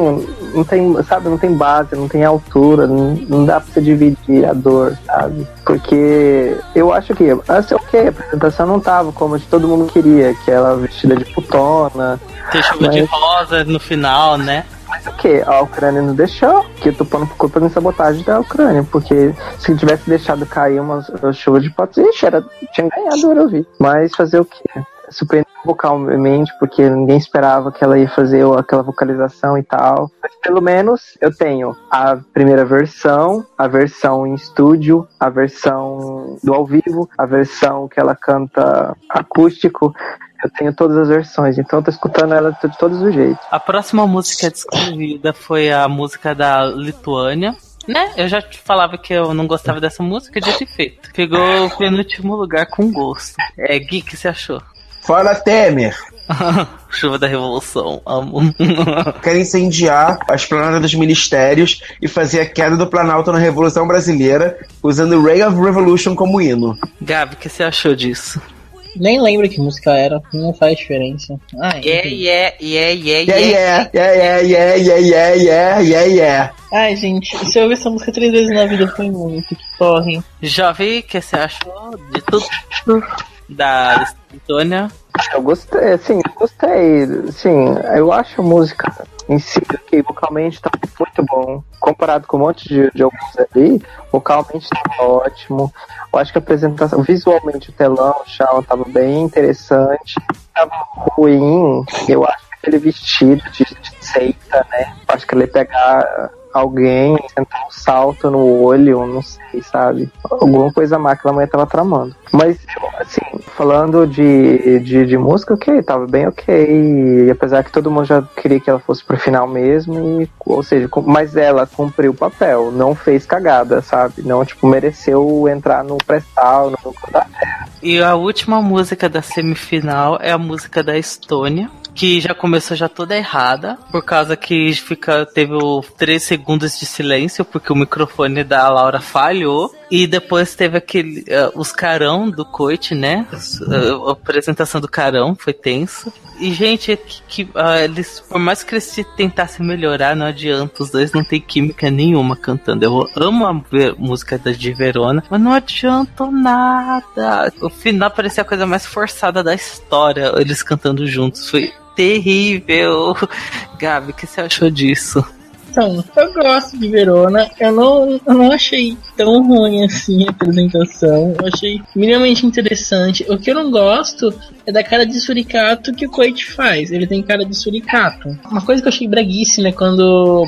tem, sabe, não tem base, não tem altura, não dá pra você dividir a dor, sabe? Porque eu acho que, a apresentação não tava como todo mundo queria, que ela vestida de putona. Tem chuva de rosa no final, né? Mas o que? A Ucrânia não deixou, que eu tô pondo por culpa de sabotagem da Ucrânia, porque se tivesse deixado cair uma chuva de patos, tinha ganhado o Eurovision. Mas fazer o quê? Surpreendeu vocalmente, porque ninguém esperava que ela ia fazer aquela vocalização e tal. Mas pelo menos eu tenho a primeira versão, a versão em estúdio, a versão do ao vivo, a versão que ela canta acústico. Eu tenho todas as versões, então eu tô escutando ela de todos os jeitos. A próxima música excluída foi a música da Lituânia. Né? Eu já te falava que eu não gostava dessa música, dito e feito. Pegou o penúltimo lugar com gosto. Gui, o que você achou? Fora Temer! Chuva da Revolução, amo. Quer incendiar a esplanada dos ministérios e fazer a queda do Planalto na Revolução Brasileira usando Ray of Revolution como hino. Gabi, o que você achou disso? Nem lembro que música era, não faz diferença. Ai, gente, se eu ouvir essa música 3 vezes na vida foi muito, que porra. Jovem, o que você achou de tudo da Lituânia? Eu gostei, sim, eu acho a música em si, que vocalmente tá muito bom, comparado com um monte de alguns ali, vocalmente tá ótimo. Eu acho que a apresentação, visualmente o telão, o chão tava bem interessante. Tava ruim, eu acho que aquele vestido de seita, né, eu acho que ele ia pegar alguém, tentar um salto no olho, não sei, sabe? Alguma coisa má que a mãe tava tramando. Mas, assim, falando de música, ok, tava bem ok. E apesar que todo mundo já queria que ela fosse pro final mesmo, ou seja, mas ela cumpriu o papel, não fez cagada, sabe? Não, tipo, mereceu entrar no pré-sal, no núcleo da terra. E a última música da semifinal é a música da Estônia, que já começou já toda errada, por causa que teve 3 segundos de silêncio, porque o microfone da Laura falhou, e depois teve os carão do Coit, né? A apresentação do carão foi tenso. E, gente, eles, por mais que eles tentassem melhorar, não adianta, os dois não tem química nenhuma cantando. Eu amo a música de Verona, mas não adianta nada. O final parecia a coisa mais forçada da história, eles cantando juntos. Foi terrível. Gabi, o que você achou disso? Então, eu gosto de Verona. Eu não achei tão ruim assim a apresentação. Eu achei minimamente interessante. O que eu não gosto é da cara de suricato que o Coit faz. Ele tem cara de suricato. Uma coisa que eu achei braguíssima é quando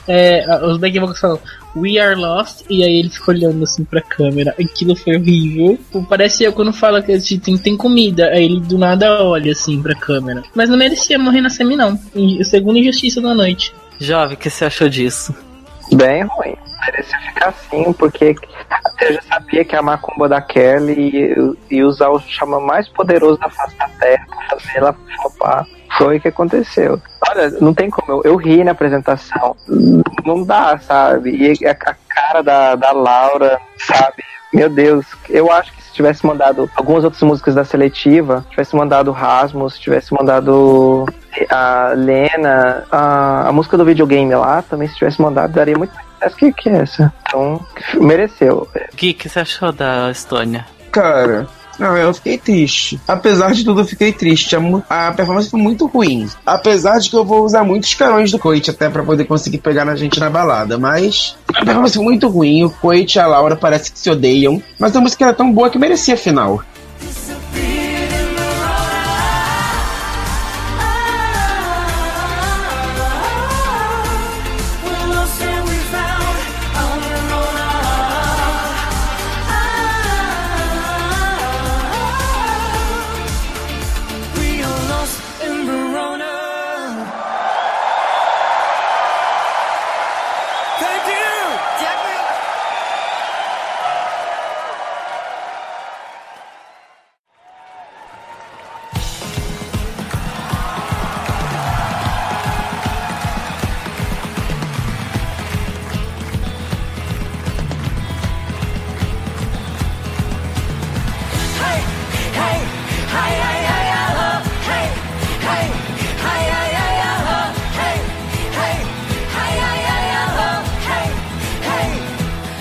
os back vocals falam "We are lost", e aí ele fica olhando assim pra câmera. Aquilo foi horrível. Parece eu quando fala que tem comida, aí ele do nada olha assim pra câmera. Mas não merecia morrer na semi, não. Segunda injustiça da noite. Jovem, o que você achou disso? Bem ruim. Merecia ficar assim, porque eu já sabia que a macumba da Kelly ia usar o xamã mais poderoso da face da terra pra fazer ela flopar. Foi o que aconteceu. Olha, não tem como. Eu ri na apresentação. Não dá, sabe? E a cara da Laura, sabe? Meu Deus, eu acho que se tivesse mandado algumas outras músicas da seletiva, tivesse mandado Rasmus, tivesse mandado a Lena, a música do videogame lá, também se tivesse mandado, daria muito mais que é essa. Então, mereceu. Gui, o que você achou da Estônia? Cara, não, eu fiquei triste. Apesar de tudo, eu fiquei triste. A performance foi muito ruim. Apesar de que eu vou usar muitos carões do Coit até pra poder conseguir pegar na gente na balada. Mas a performance foi muito ruim. O Coit e a Laura parece que se odeiam. Mas a música era tão boa que merecia a final.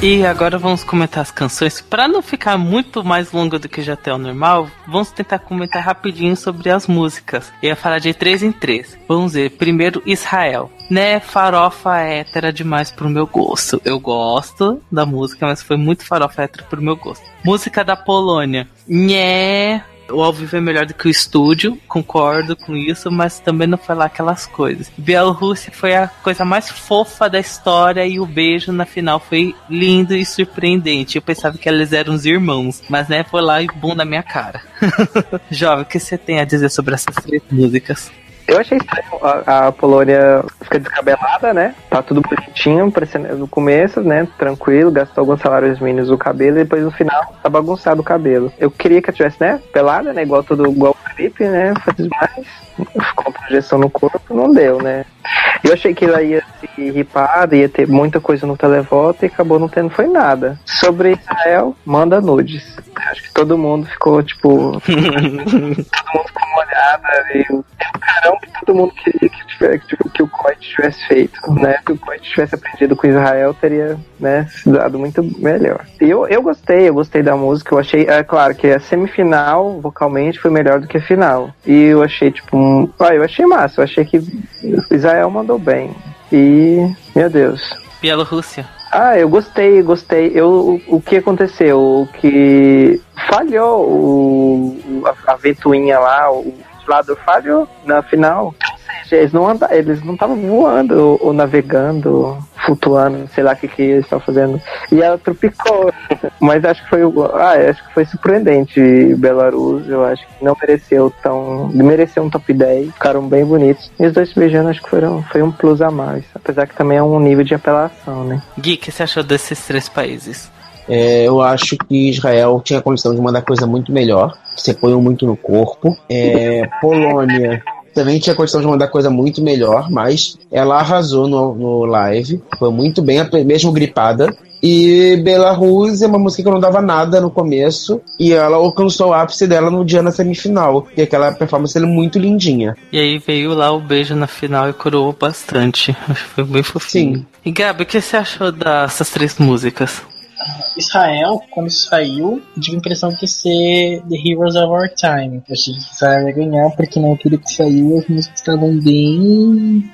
E agora vamos comentar as canções. Para não ficar muito mais longo do que já tem o normal, vamos tentar comentar rapidinho sobre as músicas. Eu ia falar de 3 em 3. Vamos ver. Primeiro, Israel. Né, farofa hétera demais pro meu gosto. Eu gosto da música, mas foi muito farofa hétera pro meu gosto. Música da Polônia. Nhé. O ao vivo é melhor do que o estúdio, concordo com isso, mas também não foi lá aquelas coisas. Bielorrússia foi a coisa mais fofa da história e o beijo na final foi lindo e surpreendente. Eu pensava que eles eram os irmãos, mas né, foi lá e bum na minha cara. Jovem, o que você tem a dizer sobre essas 3 músicas? Eu achei estranho, a Polônia fica descabelada, né? Tá tudo bonitinho, parecendo no começo, né? Tranquilo, gastou alguns salários mínimos o cabelo e depois no final tá bagunçado o cabelo. Eu queria que ela tivesse, né? Pelada, né? Igual o clipe, né? Foi demais. Ficou projeção no corpo, não deu, né? Eu achei que ela ia se ripada, ia ter muita coisa no televoto e acabou não tendo foi nada. Sobre Israel, manda nudes. Acho que todo mundo ficou, tipo... todo mundo ficou molhado e caramba que todo mundo queria que o Coit tivesse feito, né? Que o Coit tivesse aprendido com Israel teria, né, se dado muito melhor. E eu gostei da música, eu achei, claro que a semifinal, vocalmente, foi melhor do que a final. E eu achei, tipo, eu achei massa, eu achei que Israel mandou bem. E, meu Deus. Bielorrússia. Eu gostei. O que aconteceu? O que falhou a ventoinha lá, o ventilador falhou na final. Ou seja, eles não estavam voando ou navegando, flutuando, sei lá o que eles estavam fazendo. E ela tropicou. Mas acho que foi surpreendente. Belarus, eu acho que não mereceu um top 10. Ficaram bem bonitos. E os dois se beijando, acho que foi um plus a mais. Apesar que também é um nível de apelação, né? Gui, o que você achou desses 3 países? Eu acho que Israel tinha condição de mandar coisa muito melhor. Se apoiou muito no corpo. Polônia também tinha condição de mandar coisa muito melhor, mas ela arrasou no live. Foi muito bem, mesmo gripada. E Belarus é uma música que eu não dava nada no começo, e ela alcançou o ápice dela no dia na semifinal, e aquela performance é muito lindinha. E aí veio lá o beijo na final e coroou bastante. Acho que foi bem fofinho. Sim. E Gabi, o que você achou dessas 3 músicas? Israel, quando saiu, tive a impressão que ia ser The Heroes of Our Time. Eu achei que Israel ia ganhar, porque na altura que saiu as músicas estavam bem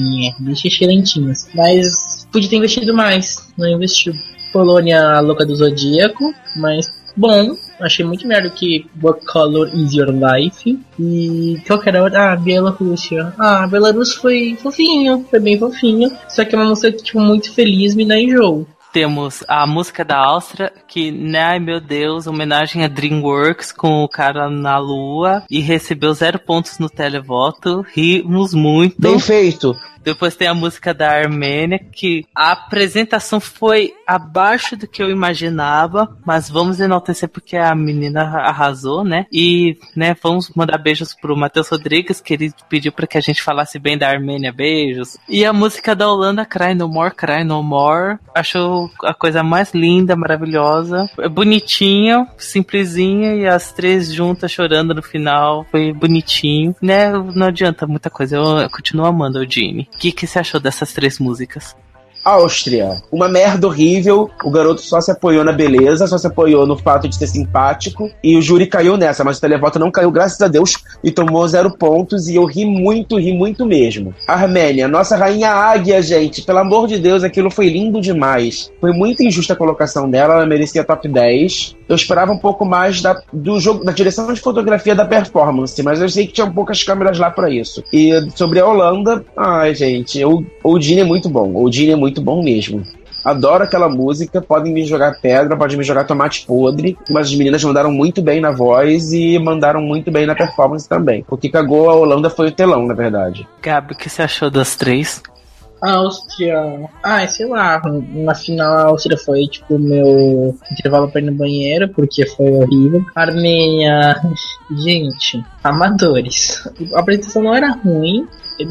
lentinhas. Mas podia ter investido mais, não investiu. Polônia, a louca do Zodíaco, mas bom, achei muito melhor do que What Color Is Your Life. E qualquer outra, Bielorrússia. Belarus foi fofinho, foi bem fofinho. Só que é uma música tipo, muito feliz, me dá enjoo. Temos a música da Áustria, que, ai meu Deus, homenagem a DreamWorks com o cara na lua e recebeu 0 pontos no televoto. Rimos muito. Bem feito. Depois tem a música da Armênia, que a apresentação foi abaixo do que eu imaginava, mas vamos enaltecer porque a menina arrasou, né? E, né, vamos mandar beijos pro Matheus Rodrigues, que ele pediu pra que a gente falasse bem da Armênia, beijos. E a música da Holanda, Cry No More, Cry No More, achou a coisa mais linda, maravilhosa. É bonitinha, simplesinha, e as 3 juntas chorando no final, foi bonitinho, né? Não adianta muita coisa, eu continuo amando o Gene. O que você achou dessas 3 músicas? Áustria, uma merda horrível. O garoto só se apoiou na beleza, só se apoiou no fato de ser simpático, e o júri caiu nessa, mas o televoto não caiu, graças a Deus, e tomou 0 pontos, e eu ri muito mesmo. Armênia, nossa rainha águia, gente, pelo amor de Deus, aquilo foi lindo demais. Foi muito injusta a colocação dela, ela merecia top 10. Eu esperava um pouco mais do jogo, da direção de fotografia da performance, mas eu sei que tinha poucas câmeras lá pra isso. E sobre a Holanda, gente, o Gene é muito bom, o Gene é muito bom mesmo. Adoro aquela música, podem me jogar pedra, podem me jogar tomate podre, mas as meninas mandaram muito bem na voz e mandaram muito bem na performance também. O que cagou a Holanda foi o telão, na verdade. Gabi, o que você achou das 3? A Áustria, sei lá, na final a Áustria foi tipo meu intervalo pra ir no banheiro, porque foi horrível. Armênia, gente, amadores. A apresentação não era ruim,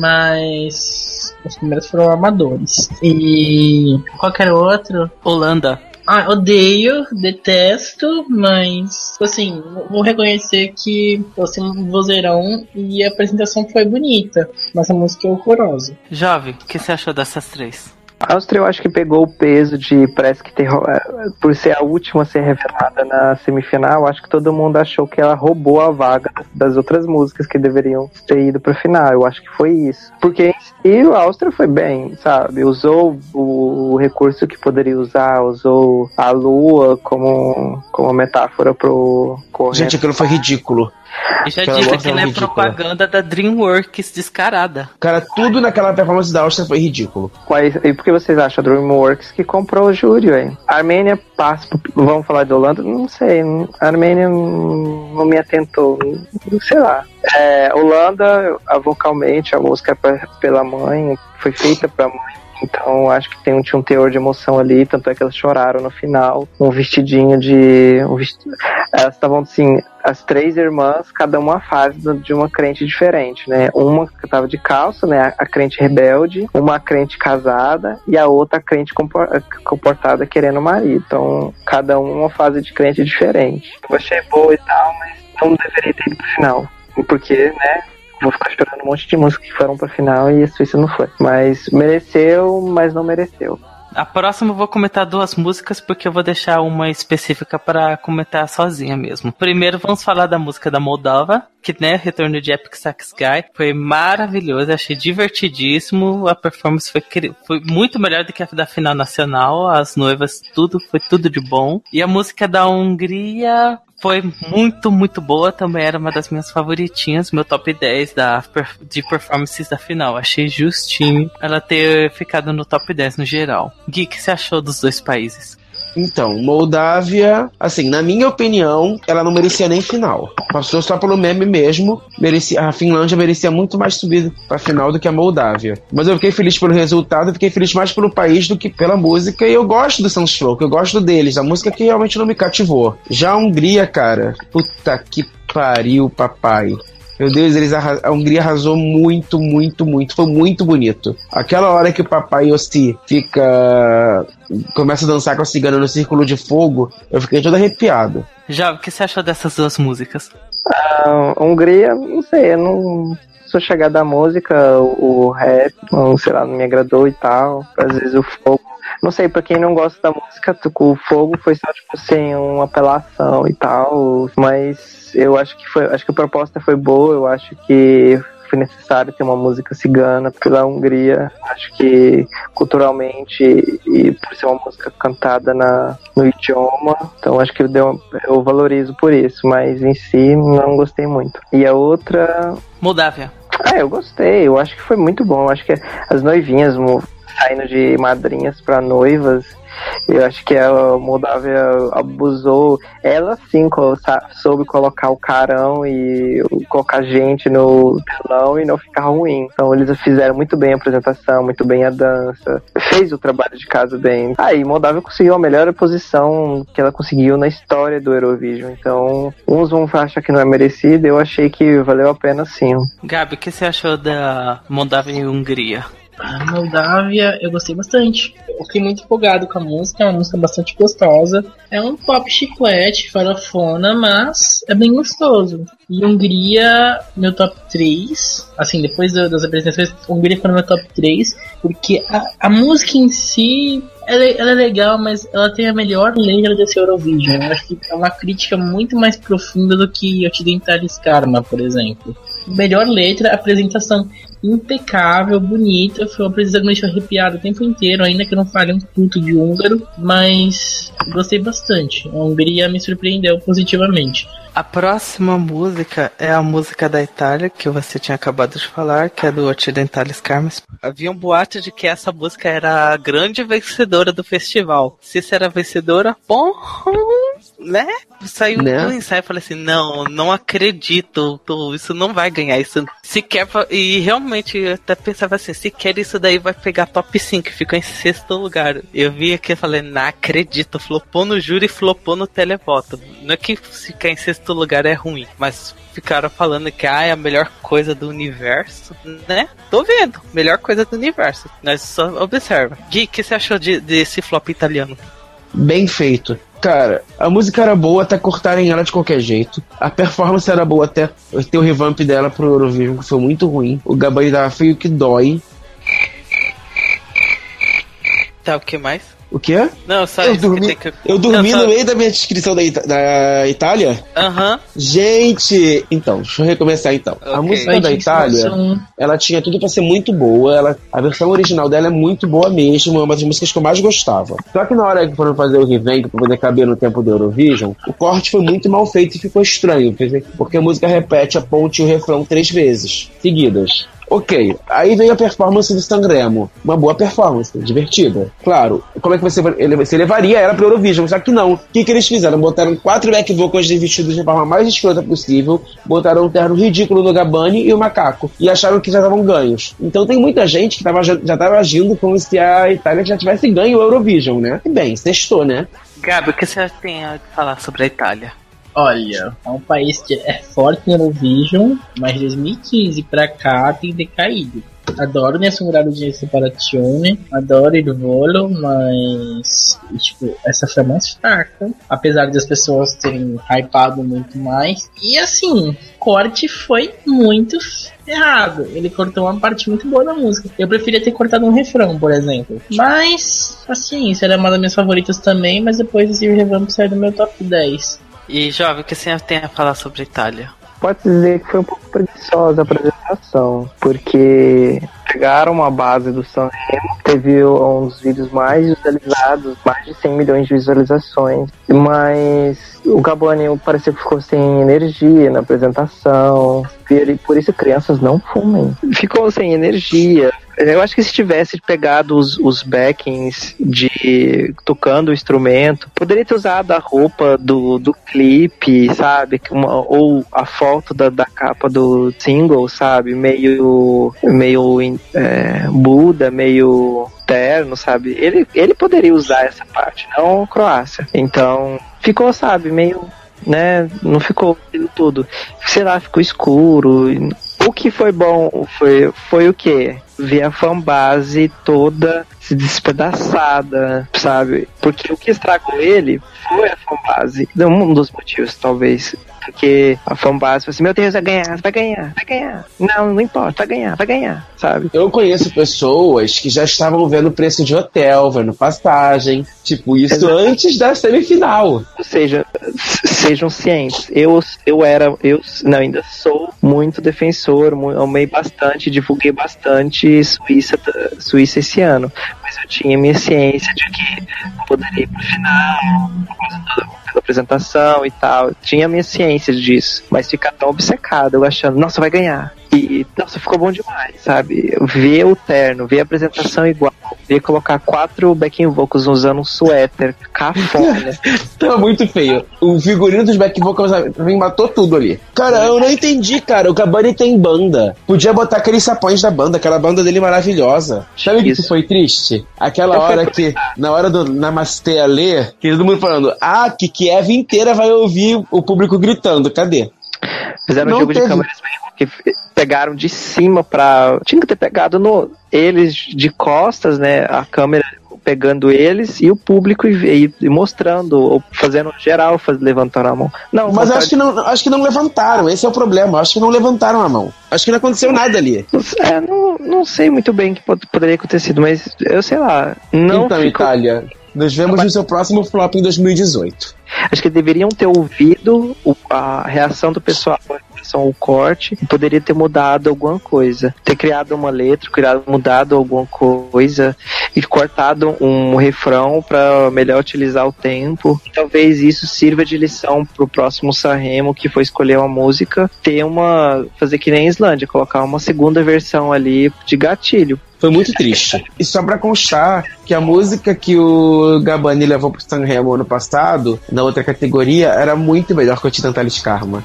mas os primeiros foram amadores. E qualquer outro, Holanda. Odeio, detesto, mas assim, vou reconhecer que você é um vozeirão e a apresentação foi bonita, mas a música é horrorosa. Jovem, o que você achou dessas 3? A Áustria eu acho que pegou o peso de, parece que por ser a última a ser revelada na semifinal, acho que todo mundo achou que ela roubou a vaga das outras músicas que deveriam ter ido pra final. Eu acho que foi isso. Porque em si a Áustria foi bem, sabe? Usou o recurso que poderia usar, usou a lua como metáfora pro corrente. Gente, aquilo foi ridículo. E já disse que é propaganda da DreamWorks descarada. Cara, tudo naquela performance da Áustria foi ridículo. E por que vocês acham? A DreamWorks que comprou o júri, hein? A Armênia passa... Vamos falar de Holanda? Não sei. A Armênia não me atentou. Não sei lá. Holanda, vocalmente, a música é pela mãe, foi feita pra mãe. Então acho que tinha um teor de emoção ali, tanto é que elas choraram no final. Elas estavam assim, as 3 irmãs, cada uma fase de uma crente diferente, né? Uma que tava de calça, né? A crente rebelde, uma crente casada e a outra crente comportada querendo o marido. Então, cada uma fase de crente diferente. Eu achei boa e tal, mas não deveria ter ido pro final. Porque, né? Vou ficar esperando um monte de músicas que foram pra final e a Suíça não foi. Mas mereceu, mas não mereceu. A próxima eu vou comentar 2 músicas porque eu vou deixar uma específica para comentar sozinha mesmo. Primeiro vamos falar da música da Moldova, que né, Retorno de Epic Sax Guy. Foi maravilhoso, achei divertidíssimo. A performance foi muito melhor do que a da final nacional. As noivas, foi tudo de bom. E a música da Hungria... foi muito, muito boa. Também era uma das minhas favoritinhas. Meu top 10 de performances da final. Achei justinho ela ter ficado no top 10 no geral. Gui, o que você achou dos 2 países? Então, Moldávia, assim, na minha opinião, ela não merecia nem final. Passou só pelo meme mesmo. A Finlândia merecia muito mais subir pra final do que a Moldávia. Mas eu fiquei feliz pelo resultado, eu fiquei feliz mais pelo país do que pela música. E eu gosto do Sunstroke, eu gosto deles. A música que realmente não me cativou. Já a Hungria, cara, puta que pariu, papai. Meu Deus, a Hungria arrasou muito, muito, muito. Foi muito bonito. Aquela hora que o papai Yossi começa a dançar com a cigana no círculo de fogo, eu fiquei todo arrepiado. Já, o que você achou dessas 2 músicas? A Hungria, não sei, eu não sou chegada à música, o rap, sei lá, não me agradou e tal. Às vezes o fogo. Não sei, pra quem não gosta da música, o fogo foi só, tipo assim, uma apelação e tal, mas eu acho que a proposta foi boa, eu acho que foi necessário ter uma música cigana pela Hungria, acho que culturalmente e por ser uma música cantada no idioma, então acho que eu valorizo por isso, mas em si não gostei muito. E a outra... Moldávia. Eu gostei, eu acho que foi muito bom, eu acho que as noivinhas saindo de madrinhas para noivas, eu acho que a Moldávia abusou. Ela sim soube colocar o carão e colocar gente no telão e não ficar ruim. Então eles fizeram muito bem a apresentação, muito bem a dança, fez o trabalho de casa bem. E Moldávia conseguiu a melhor posição que ela conseguiu na história do Eurovision. Então uns vão achar que não é merecido, eu achei que valeu a pena sim. Gabi, o que você achou da Moldávia e Hungria? A Moldávia eu gostei bastante. Eu fiquei muito empolgado com a música, é uma música bastante gostosa. É um pop chiclete, farofona, mas é bem gostoso. E Hungria, meu top 3. Assim, depois das apresentações, Hungria ficou no meu top 3. Porque a música em si, ela é legal, mas ela tem a melhor letra desse Eurovision. Eu acho que é uma crítica muito mais profunda do que Occidentalis Karma, por exemplo. Melhor letra, apresentação impecável, bonita. Foi uma apresentação que me deixou arrepiado o tempo inteiro, ainda que eu não fale um puto de húngaro, mas gostei bastante. A Hungria me surpreendeu positivamente. A próxima música é a música da Itália, que você tinha acabado de falar, que é do Occidentalis Karma. Havia um boato de que essa música era a grande vencedora do festival. Se isso era vencedora, bom, né? Saiu do ensaio e falei assim, não acredito, isso não vai ganhar, isso sequer, e realmente eu até pensava assim, sequer isso daí vai pegar top 5, ficou em 6º lugar. Eu vi aqui e falei, não acredito, flopou no júri e flopou no televoto. Não é que ficar em 6º lugar é ruim, mas ficaram falando que é a melhor coisa do universo, né? Tô vendo, melhor coisa do universo, nós só observa. Gui, o que você achou desse flop italiano? Bem feito. Cara, a música era boa até cortarem ela de qualquer jeito. A performance era boa até ter o revamp dela pro Eurovision, que foi muito ruim. O gabarito tava feio que dói. Tá, o que mais? O quê? Não, só Eu isso dormi, que tem que... eu dormi Não, só- no meio da minha descrição da Itália? Aham. Gente, então, deixa eu recomeçar então. A Ok. música da Itália, ela tinha tudo pra ser muito boa, a versão original dela é muito boa mesmo, é uma das músicas que eu mais gostava. Só que na hora que foram fazer o revamp pra poder caber no tempo do Eurovision, o corte foi muito mal feito e ficou estranho, porque a música repete a ponte e o refrão 3 vezes seguidas. Ok, aí veio a performance do Sanremo. Uma boa performance, divertida. Claro, como é que você levaria ela pro Eurovision? Só que não. O que eles fizeram? Botaram 4 back vocals vestidos de forma mais escrota possível, botaram um terno ridículo no Gabani e o macaco, e acharam que já estavam ganhos. Então tem muita gente que já tava agindo como se a Itália já tivesse ganho o Eurovision, né? E bem, sextou, né? Gabi, o que você tem a falar sobre a Itália? Olha, é um país que é forte no Eurovision, mas de 2015 pra cá tem decaído. Adoro Nessun Grado di Separazione, adoro Il Volo, mas tipo, essa foi a mais fraca, apesar das pessoas terem hypado muito mais. E assim, o corte foi muito errado. Ele cortou uma parte muito boa da música. Eu preferia ter cortado um refrão, por exemplo. Mas, assim, isso era uma das minhas favoritas também, mas depois esse revamp saiu do meu top 10. E, Jovem, o que você tem a falar sobre a Itália? Pode dizer que foi um pouco preguiçosa a apresentação, porque pegaram uma base do Sanremo, teve uns vídeos mais visualizados, mais de 100 milhões de visualizações, mas o Gabani parecia que ficou sem energia na apresentação, por isso crianças não fumem. Ficou sem energia. Eu acho que se tivesse pegado os backings de tocando o instrumento, poderia ter usado a roupa do clipe, sabe? Ou a foto da capa do single, sabe? Meio Buda, meio terno, sabe? Ele poderia usar essa parte, não Croácia. Então, ficou, sabe, meio, né? Não ficou tudo. Sei lá, ficou escuro. O que foi bom foi o quê? Ver a fanbase toda se despedaçada, sabe? Porque o que estragou ele foi a fanbase. Um dos motivos, talvez. Porque a fanbase falou assim, meu Deus, vai ganhar. Não importa, vai ganhar, sabe? Eu conheço pessoas que já estavam vendo o preço de hotel, vendo passagem, tipo, isso antes da semifinal. Ou seja, sejam cientes. Eu ainda sou muito defensor, amei bastante, divulguei bastante Suíça esse ano. Mas eu tinha minha ciência de que não poderia ir pro final, por causa da apresentação e tal. Eu tinha minha ciência disso. Mas ficar tão obcecado, eu achando, nossa, vai ganhar. E, nossa, ficou bom demais, sabe? Ver o terno, ver a apresentação igual, ver colocar 4 backing vocals usando um suéter, cafona. Tá muito feio. O figurino dos back vocals pra mim matou tudo ali. Cara, eu não entendi, cara. O Gabani tem banda. Podia botar aqueles sapões da banda, aquela banda dele maravilhosa. Sabe o que foi triste? Aquela hora que, na hora do Namastê Alê, que todo mundo falando, que Kiev inteira vai ouvir o público gritando. Cadê? Fizeram um jogo de câmeras mesmo, que pegaram de cima pra... Tinha que ter pegado eles de costas, né? A câmera pegando eles e o público e mostrando, ou fazendo geral, levantando a mão. Não, mas acho que não levantaram, esse é o problema. Acho que não levantaram a mão. Acho que não aconteceu nada ali. Não sei muito bem o que poderia ter acontecido, mas eu sei lá. Não então, ficou... Itália, nos vemos no seu próximo flop em 2018. Acho que deveriam ter ouvido a reação do pessoal em relação ao corte e poderia ter mudado alguma coisa. Ter criado uma letra, mudado alguma coisa e cortado um refrão para melhor utilizar o tempo. E talvez isso sirva de lição pro próximo Sanremo, que foi escolher uma música, fazer que nem a Islândia, colocar uma segunda versão ali de gatilho. Foi muito triste. E só pra constar que a música que o Gabani levou pro Sanremo ano passado, na outra categoria, era muito melhor que o Titantales Karma.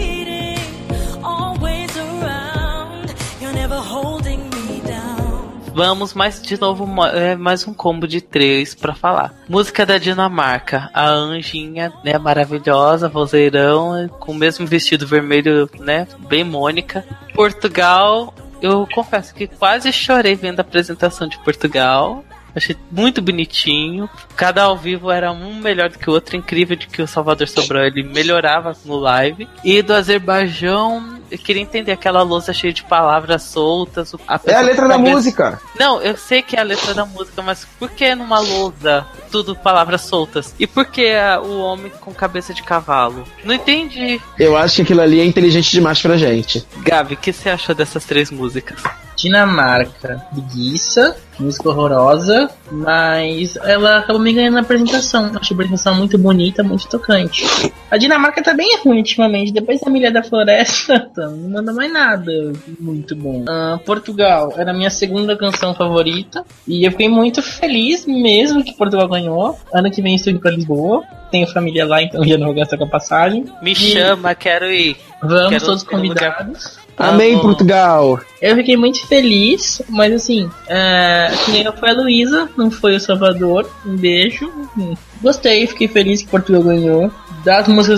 Holding me down. Vamos mais de novo, mais um combo de 3 pra falar. Música da Dinamarca, a Anjinha, né, maravilhosa, vozeirão, com o mesmo vestido vermelho, né, bem Mônica. Portugal, eu confesso que quase chorei vendo a apresentação de Portugal. Achei muito bonitinho. Cada ao vivo era um melhor do que o outro. Incrível de que o Salvador Sobral ele melhorava no live. E do Azerbaijão, eu queria entender aquela lousa cheia de palavras soltas. É a letra da música. Não, eu sei que é a letra da música, mas por que numa lousa tudo palavras soltas? E por que o homem com cabeça de cavalo? Não entendi. Eu acho que aquilo ali é inteligente demais pra gente. Gabi, o que você achou dessas 3 músicas? Dinamarca, preguiça, música horrorosa, mas ela acabou me ganhando na apresentação. Achei a apresentação muito bonita, muito tocante. A Dinamarca tá bem ruim ultimamente, depois da Milha da Floresta, então não manda mais nada muito bom. Portugal era a minha segunda canção favorita, e eu fiquei muito feliz mesmo que Portugal ganhou. Ano que vem estou indo pra Lisboa, tenho família lá, então já não vou gastar com a passagem. Me chama, quero ir. Vamos, todos convidados. Amém, Portugal! Eu fiquei muito feliz, mas assim, quem ganhou foi a Luísa, não foi o Salvador. Um beijo. Gostei, fiquei feliz que Portugal ganhou. Das músicas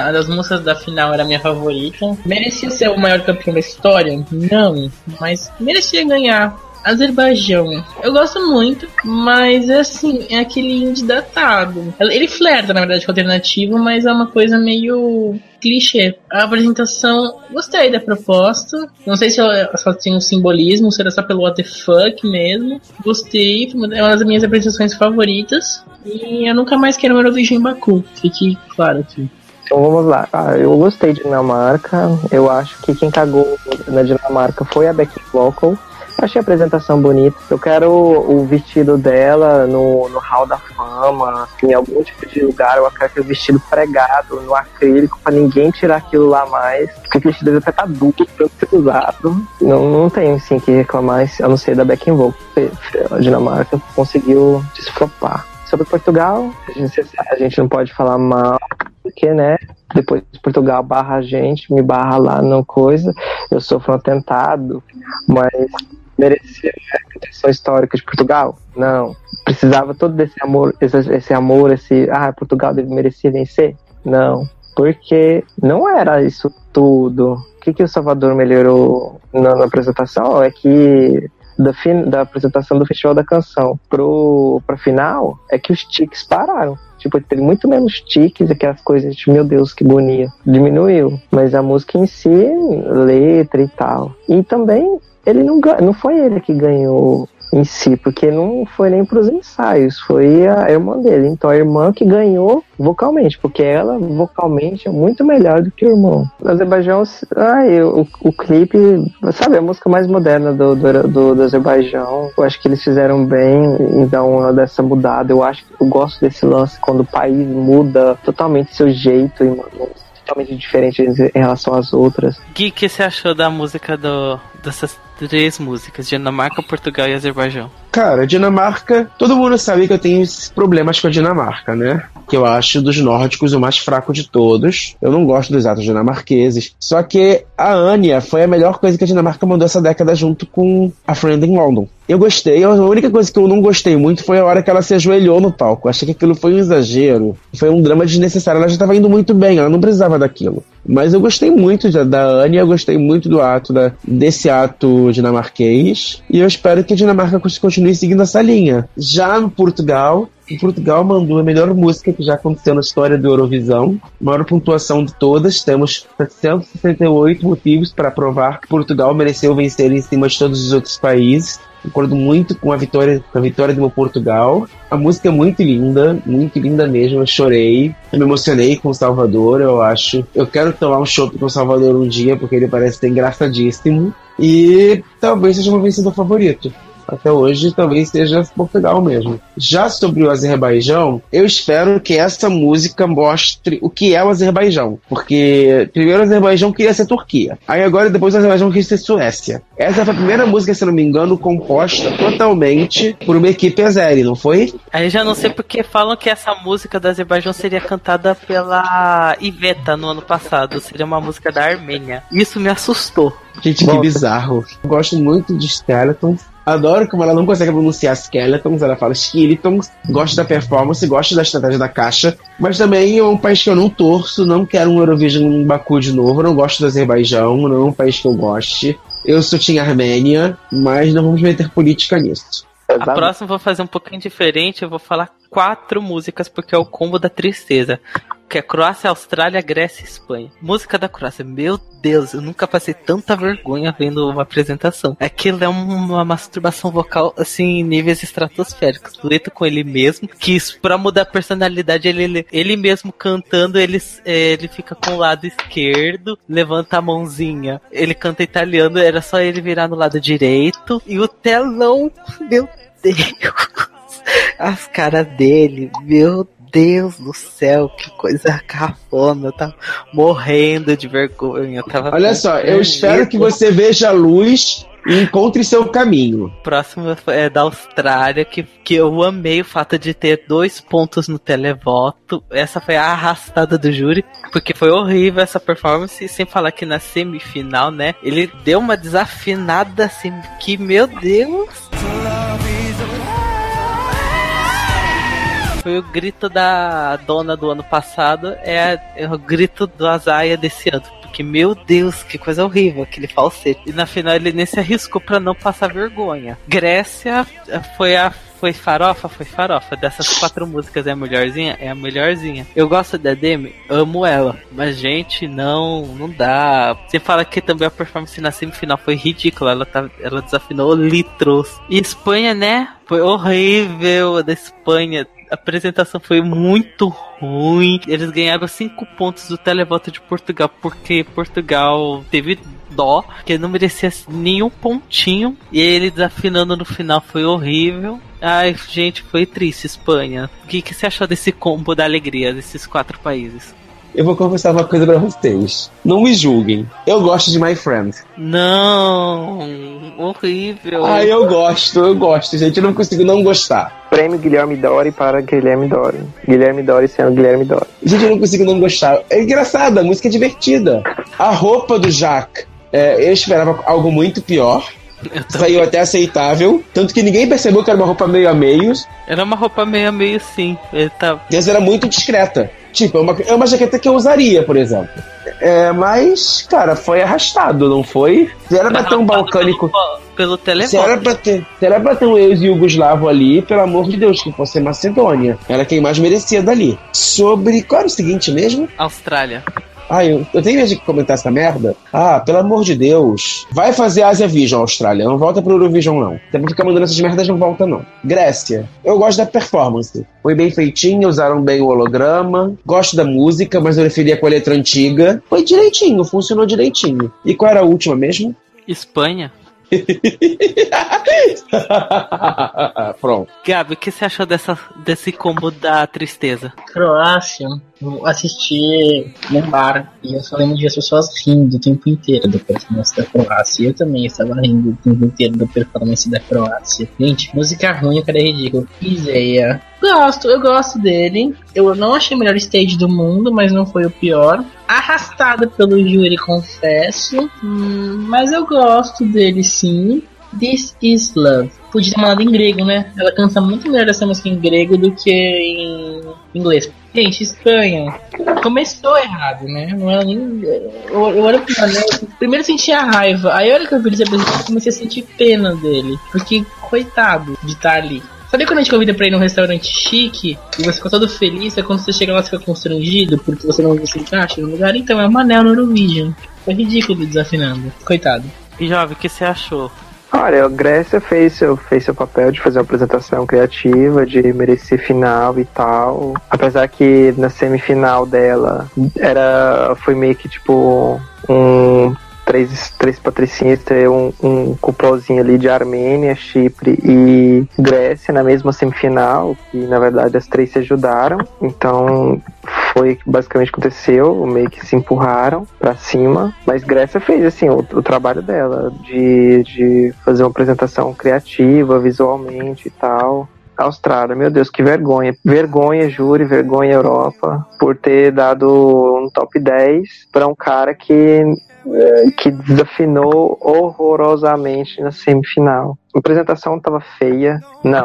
da final era a minha favorita. Merecia ser o maior campeão da história? Não, mas merecia ganhar. Azerbaijão, eu gosto muito, mas assim, é aquele indie datado. Ele flerta, na verdade, com alternativo, mas é uma coisa meio clichê. A apresentação, gostei da proposta. Não sei se só tem um simbolismo, se era só pelo what the fuck mesmo. Gostei, é uma das minhas apresentações favoritas. E eu nunca mais quero um Eurovision em Baku, fique claro aqui. Então vamos lá. Eu gostei de Dinamarca. Eu acho que quem cagou na Dinamarca foi a backing vocal. Achei a apresentação bonita. Eu quero o vestido dela no Hall da Fama, em algum tipo de lugar. Eu quero aquele vestido pregado no acrílico pra ninguém tirar aquilo lá mais. Porque o vestido dele até tá duplo, tanto ser usado. Não tem assim que reclamar, a não ser da backing vocal. A Dinamarca conseguiu desflopar. Sobre Portugal, a gente não pode falar mal, porque, né? Depois Portugal barra a gente, me barra lá, não coisa. Eu sofro um atentado, mas merecia a proteção histórica de Portugal? Não. Precisava todo desse amor, Portugal merecia vencer? Não. Porque não era isso tudo. O que o Salvador melhorou na apresentação é que da apresentação do Festival da Canção pra final, é que os tiques pararam. Tipo, teve muito menos tiques, aquelas coisas de, meu Deus, que agonia. Diminuiu. Mas a música em si, letra e tal. E também, ele não foi ele que ganhou em si, porque não foi nem pros ensaios, foi a irmã dele. Então a irmã que ganhou vocalmente, porque ela vocalmente é muito melhor do que o irmão. No Azerbaijão, o clipe, sabe, a música mais moderna do Azerbaijão. Eu acho que eles fizeram bem em dar uma dessa mudada. Eu gosto desse lance quando o país muda totalmente seu jeito e totalmente diferente em relação às outras. Gui, o que você achou da música dessas 3 músicas, Dinamarca, Portugal e Azerbaijão? Cara, Dinamarca, todo mundo sabe que eu tenho problemas com a Dinamarca, né? Que eu acho dos nórdicos o mais fraco de todos. Eu não gosto dos atos dinamarqueses. Só que a Anya foi a melhor coisa que a Dinamarca mandou essa década junto com a Friend in London. Eu gostei, a única coisa que eu não gostei muito foi a hora que ela se ajoelhou no palco. Eu achei que aquilo foi um exagero, foi um drama desnecessário. Ela já estava indo muito bem, ela não precisava daquilo. Mas eu gostei muito da Anya, eu gostei muito do ato, desse ato dinamarquês. E eu espero que a Dinamarca continue seguindo essa linha. Já no Portugal mandou a melhor música que já aconteceu na história do Eurovisão. Maior pontuação de todas. Temos 768 motivos para provar que Portugal mereceu vencer em cima de todos os outros países. Concordo muito com a vitória do meu Portugal. A música é muito linda mesmo. Eu chorei, eu me emocionei com o Salvador. Eu quero tomar um chopp com o Salvador um dia, porque ele parece ser engraçadíssimo. E talvez seja meu vencedor favorito. Até hoje, talvez seja Portugal mesmo. Já sobre o Azerbaijão, eu espero que essa música mostre o que é o Azerbaijão. Porque primeiro o Azerbaijão queria ser Turquia. Aí agora, depois o Azerbaijão quis ser Suécia. Essa foi a primeira música, se não me engano, composta totalmente por uma equipe azeri, não foi? Aí já não sei porque falam que essa música do Azerbaijão seria cantada pela Iveta no ano passado. Seria uma música da Armênia. Isso me assustou. Gente, que bizarro. Eu gosto muito de Skeletons. Adoro como ela não consegue pronunciar skeletons, ela fala skeletons, gosto da performance, gosto da estratégia da caixa, mas também é um país que eu não torço, não quero um Eurovision em Baku de novo, não gosto do Azerbaijão, não é um país que eu goste. Eu sou Team Armênia, mas não vamos meter política nisso. A próxima eu vou fazer um pouquinho diferente, eu vou falar 4 músicas porque é o combo da tristeza. Que é Croácia, Austrália, Grécia e Espanha. Música da Croácia. Meu Deus, eu nunca passei tanta vergonha vendo uma apresentação. Aquilo é uma masturbação vocal, assim, em níveis estratosféricos. Dueto com ele mesmo, que isso, pra mudar a personalidade, ele mesmo cantando, ele fica com o lado esquerdo, levanta a mãozinha. Ele canta italiano, era só ele virar no lado direito. E o telão, meu Deus, as caras dele, meu Deus do céu, que coisa cafona, eu tava morrendo de vergonha. Olha só, eu espero que você veja a luz e encontre seu caminho. Próximo é da Austrália, que eu amei o fato de ter 2 pontos no televoto. Essa foi a arrastada do júri, porque foi horrível essa performance, e sem falar que na semifinal, né, ele deu uma desafinada assim, que meu Deus... Foi o grito da dona do ano passado, é o grito do Azaia desse ano. Porque, meu Deus, que coisa horrível, aquele falsete. E na final ele nem se arriscou pra não passar vergonha. Grécia foi farofa. Dessas 4 músicas é a melhorzinha? É a melhorzinha. Eu gosto da Demi, amo ela. Mas, gente, não dá. Você fala que também a performance na semifinal foi ridícula. Ela desafinou litros. E Espanha, né? Foi horrível a da Espanha. A apresentação foi muito ruim. Eles ganharam 5 pontos do televoto de Portugal, porque Portugal teve dó, que não merecia nenhum pontinho. E ele desafinando no final foi horrível. Ai, gente, foi triste, Espanha. O que você achou desse combo da alegria desses 4 países? Eu vou confessar uma coisa pra vocês. Não me julguem. Eu gosto de My Friend. Não, horrível. Ah, eu gosto, gente. Eu não consigo não gostar. Prêmio Guilherme Dori para Guilherme Dori. Guilherme Dori sendo Guilherme Dori. Gente, eu não consigo não gostar. É engraçado, a música é divertida. A roupa do Jacques, eu esperava algo muito pior. Saiu até aceitável. Tanto que ninguém percebeu que era uma roupa meio a meios. Era uma roupa meio a meio, sim. Mas era muito discreta. Tipo, é uma jaqueta que eu usaria, por exemplo. Mas, cara, foi arrastado, não foi? Se era pra ter um balcânico... Pelo televoto. Se era pra ter um ex-yugoslavo ali, pelo amor de Deus, que fosse Macedônia. Era quem mais merecia dali. Sobre... Qual era o seguinte mesmo? Austrália. Eu tenho medo de comentar essa merda. Pelo amor de Deus. Vai fazer Asia Vision, Austrália. Não volta pro Eurovision, não. Até porque ficar mandando essas merdas não volta, não. Grécia. Eu gosto da performance. Foi bem feitinho, usaram bem o holograma. Gosto da música, mas eu preferia com a letra antiga. Foi direitinho, funcionou direitinho. E qual era a última mesmo? Espanha. Pronto. Gabi, o que você achou desse combo da tristeza? Croácia, eu assisti num bar e eu só lembro de as pessoas rindo o tempo inteiro da performance da Croácia. E eu também estava rindo o tempo inteiro da performance da Croácia. Gente, música ruim, o cara é ridículo. Iseia. Eu gosto dele. Eu não achei o melhor stage do mundo, mas não foi o pior. Arrastada pelo júri, confesso. Mas eu gosto dele sim. This is Love. Podia ter mandado em grego, né? Ela canta muito melhor essa música em grego do que em inglês. Gente, Espanha começou errado, né? Não era nem... Eu olho pro Manel, primeiro eu senti a raiva. Aí a hora que eu vi ele se apresentar, eu comecei a sentir pena dele. Porque, coitado de estar ali. Sabe quando a gente convida pra ir num restaurante chique e você fica todo feliz, é quando você chega lá e fica constrangido porque você não se encaixa no lugar? Então, é o Manel no Eurovision. Foi ridículo desafinando. Coitado. E Jovem, o que você achou? Olha, a Grécia fez seu papel de fazer uma apresentação criativa, de merecer final e tal. Apesar que na semifinal dela foi meio que tipo três patricinhas, ter um cupolzinho ali de Armênia, Chipre e Grécia na mesma semifinal, que na verdade as 3 se ajudaram. Então foi o que basicamente aconteceu, meio que se empurraram pra cima, mas Grécia fez assim o trabalho dela de fazer uma apresentação criativa visualmente e tal. Austrália, meu Deus, que vergonha. Vergonha, júri, vergonha, Europa, por ter dado um top 10 pra um cara que desafinou horrorosamente na semifinal. A apresentação tava feia.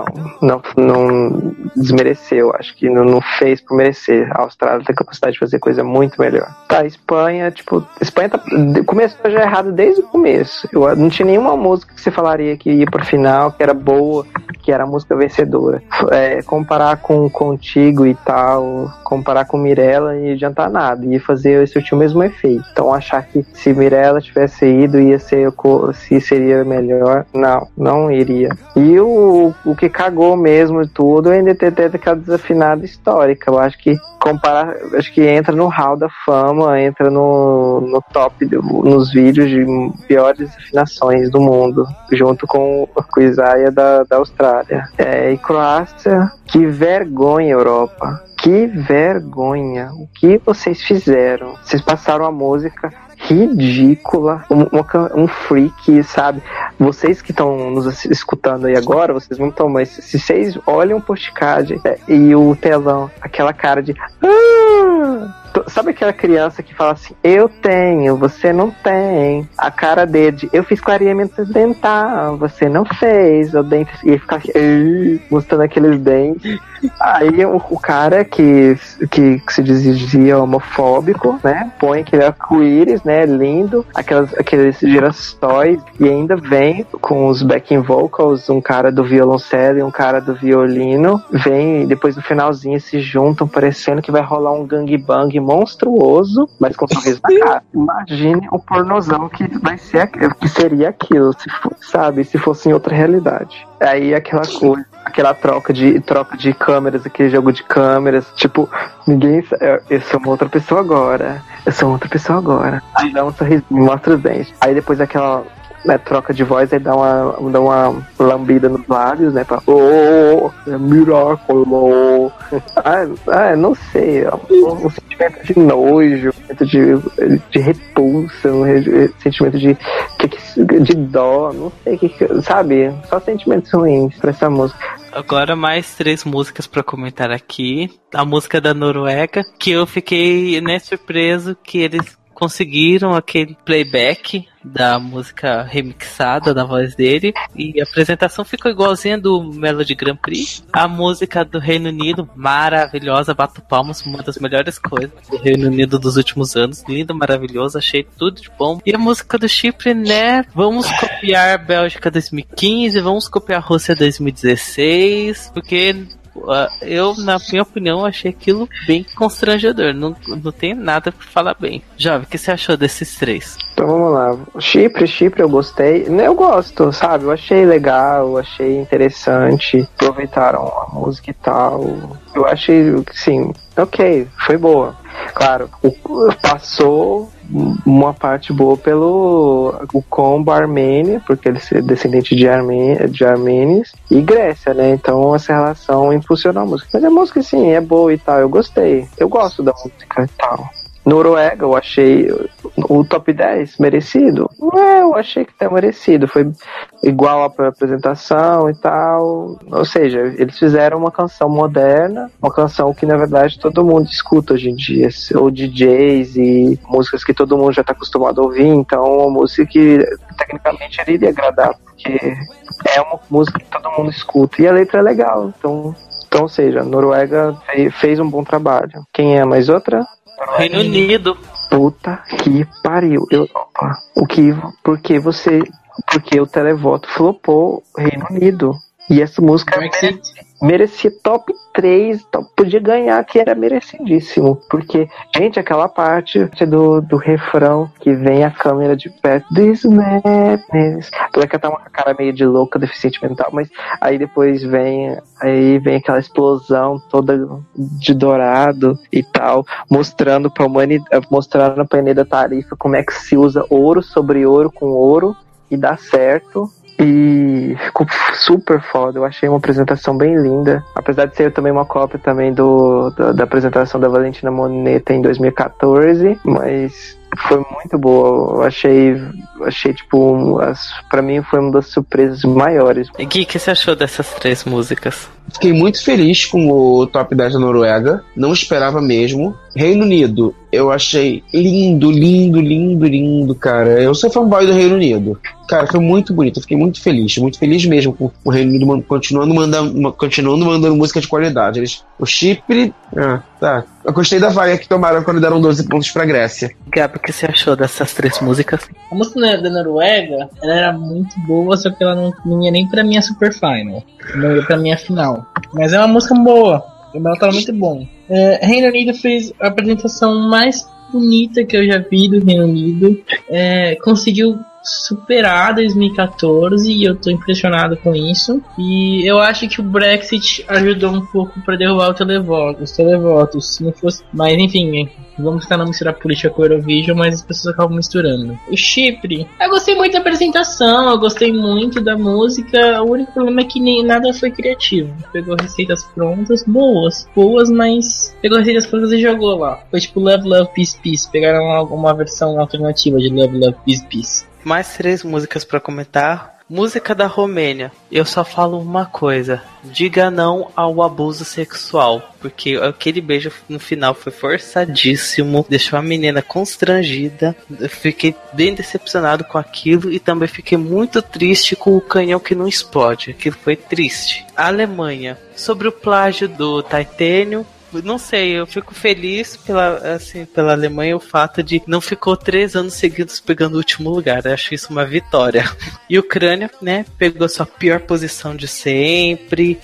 Não desmereceu. Acho que não fez por merecer. A Austrália tem capacidade de fazer coisa muito melhor. Tá, a Espanha, Espanha começou já errado desde o começo. Eu não tinha nenhuma música que você falaria que ia pro final, que era boa, que era a música vencedora. Comparar com Contigo e tal, comparar com Mirella ia adiantar nada. Ia fazer o mesmo efeito. Então achar que se Mirella tivesse ido, se seria melhor, não iria. E o que cagou mesmo tudo ainda ter aquela desafinada histórica. Eu acho que acho que entra no hall da fama, entra no top nos vídeos de piores afinações do mundo, junto com o Isaia da Austrália. E Croácia, que vergonha, Europa. Que vergonha. O que vocês fizeram? Vocês passaram a música ridícula, um freak, sabe? Vocês que estão nos escutando aí agora, vocês não estão, mas se vocês olham o postcard e o telão, aquela cara de sabe aquela criança que fala assim, eu tenho, você não tem, a cara dele, eu fiz clareamento dental, você não fez, o dente, e fica mostrando aqueles dentes. Aí o cara que se dizia homofóbico, né, põe aquele arco-íris, né, lindo, aqueles girassóis, e ainda vem com os backing vocals, um cara do violoncelo e um cara do violino, vem e depois no finalzinho se juntam, parecendo que vai rolar um gangbang monstruoso, mas com um sorriso na cara. Imagine o pornozão que que seria aquilo, se fosse em outra realidade. Aí aquela coisa, aquela troca de câmeras, aquele jogo de câmeras, tipo, ninguém. Eu sou uma outra pessoa agora. Aí dá um sorriso, mostra os dentes. Aí depois aquela troca de voz, aí dá uma lambida nos lábios, né? Pra miracle. Não sei. Um sentimento de nojo, um sentimento de repulsa, sentimento de dó, não sei sabe? Só sentimentos ruins pra essa música. Agora mais 3 músicas pra comentar aqui. A música da Noruega, que eu fiquei, né, surpreso que eles conseguiram aquele playback da música remixada da voz dele, e a apresentação ficou igualzinha do Melody Grand Prix. A música do Reino Unido, maravilhosa, bato palmas, uma das melhores coisas do Reino Unido dos últimos anos, lindo, maravilhoso, achei tudo de bom. E a música do Chipre, né, vamos copiar Bélgica 2015, vamos copiar Rússia 2016, porque eu, na minha opinião, achei aquilo bem constrangedor. Não tem nada pra falar bem. Jovem, o que você achou desses 3? Então vamos lá. Chipre eu gostei. Eu gosto, sabe? Eu achei legal, achei interessante. Aproveitaram a música e tal. Eu achei, sim, ok, foi boa. Claro, passou uma parte boa pelo o combo Armênia, porque ele é descendente de armênios, e Grécia, né? Então essa relação impulsionou a música. Mas a música, sim, é boa e tal, eu gostei. Eu gosto da música e tal. Noruega, eu achei o top 10 merecido. Eu achei que tá merecido. Foi igual à apresentação e tal. Ou seja, eles fizeram uma canção moderna, uma canção que na verdade todo mundo escuta hoje em dia, ou DJs e músicas que todo mundo já tá acostumado a ouvir. Então, uma música que tecnicamente iria agradar, porque é uma música que todo mundo escuta e a letra é legal. Então ou seja, a Noruega fez um bom trabalho. Quem é mais outra? Reino Unido. Puta que pariu, Europa. Porque o televoto flopou Reino Unido. E essa música merecia top 3, podia ganhar, que era merecidíssimo. Porque, gente, aquela parte do refrão que vem a câmera de perto, This madness. Ela tá uma cara meio de louca, deficiente mental, mas aí depois vem aquela explosão toda de dourado e tal, mostrando pra humanidade, mostrando pra Enéida Tarifa como é que se usa ouro sobre ouro com ouro e dá certo. E ficou super foda. Eu achei uma apresentação bem linda. Apesar de ser também uma cópia também da apresentação da Valentina Moneta em 2014. Mas foi muito boa. Eu achei tipo, pra mim foi uma das surpresas maiores. E Gui, o que você achou dessas 3 músicas? Fiquei muito feliz com o top 10 da Noruega, não esperava mesmo. Reino Unido, eu achei lindo, lindo, lindo, lindo, cara. Eu sou fanboy do Reino Unido. Cara, foi muito bonito, eu fiquei muito feliz mesmo com o Reino Unido continuando mandando música de qualidade. O Chipre, tá. Eu gostei da vaga que tomaram quando deram 12 pontos pra Grécia. Gabi, o que você achou dessas 3 músicas? A música da Noruega, ela era muito boa, só que ela não ia nem pra minha Super Final, não ia pra minha final. Mas é uma música boa, ela tava muito bom. Reino Unido fez a apresentação mais bonita que eu já vi do Reino Unido. Conseguiu superar 2014 e eu tô impressionado com isso. E eu acho que o Brexit ajudou um pouco para derrubar os televotos. Se não fosse, mas enfim, vamos tentar não misturar política com o Eurovision, mas as pessoas acabam misturando. O Chipre, eu gostei muito da apresentação, eu gostei muito da música. O único problema é que nem nada foi criativo. Pegou receitas prontas, boas, mas pegou receitas prontas e jogou lá. Foi tipo Love, Love, Peace, Peace. Pegaram alguma versão alternativa de Love, Love, Peace, Peace. Mais 3 músicas pra comentar. Música da Romênia. Eu só falo uma coisa: diga não ao abuso sexual, porque aquele beijo no final foi forçadíssimo, deixou a menina constrangida. Eu fiquei bem decepcionado com aquilo e também fiquei muito triste com o canhão que não explode. Aquilo foi triste. A Alemanha, sobre o plágio do Titânio. Não sei, eu fico feliz pela Alemanha, o fato de não ficou 3 anos seguidos pegando o último lugar. Eu acho isso uma vitória. E a Ucrânia, né, pegou sua pior posição de sempre.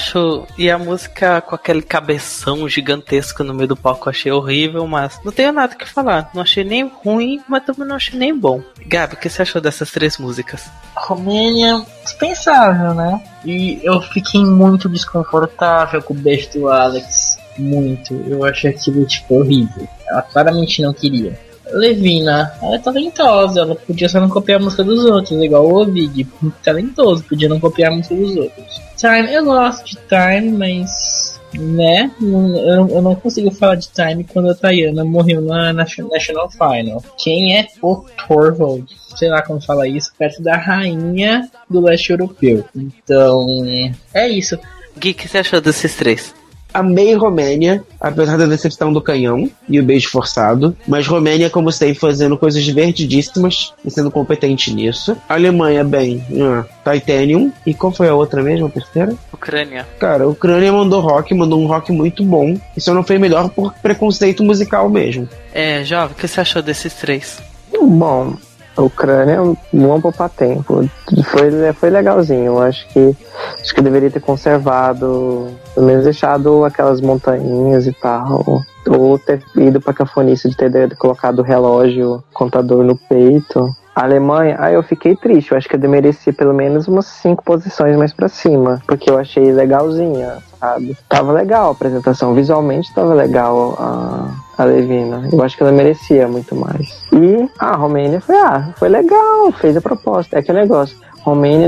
E a música com aquele cabeção gigantesco no meio do palco, eu achei horrível, mas não tenho nada que falar. Não achei nem ruim, mas também não achei nem bom. Gabi, o que você achou dessas 3 músicas? Romênia, dispensável, né? E eu fiquei muito desconfortável com o beijo do Alex. Muito, eu achei aquilo tipo horrível. Ela claramente não queria. Levina, ela é talentosa, ela podia só não copiar a música dos outros, igual o Ovid, talentoso, podia não copiar a música dos outros. Time, eu gosto de Time, mas né, eu não consigo falar de Time quando a Tayana morreu na National Final. Quem é o Torvald? Sei lá como fala isso, perto da rainha do leste europeu. Então, é isso. Gui, o que você achou desses 3? Amei Romênia, apesar da decepção do canhão e o beijo forçado. Mas Romênia, como sei, fazendo coisas divertidíssimas e sendo competente nisso. Alemanha, bem, Titanium. E qual foi a outra mesmo, a terceira? Ucrânia. Cara, a Ucrânia mandou um rock muito bom. E só não foi melhor por preconceito musical mesmo. Jovem, o que você achou desses 3? Bom, a Ucrânia, vamos poupar tempo. Foi legalzinho. Acho que deveria ter conservado, pelo menos deixado aquelas montanhas e tal. Ou ter ido pra cafonice de ter colocado o relógio, contador no peito. A Alemanha, eu fiquei triste. Eu acho que eu merecia pelo menos umas 5 posições mais pra cima. Porque eu achei legalzinha, sabe? Tava legal a apresentação. Visualmente tava legal a Levina. Eu acho que ela merecia muito mais. E a Romênia foi legal. Fez a proposta. É aquele negócio. Romênia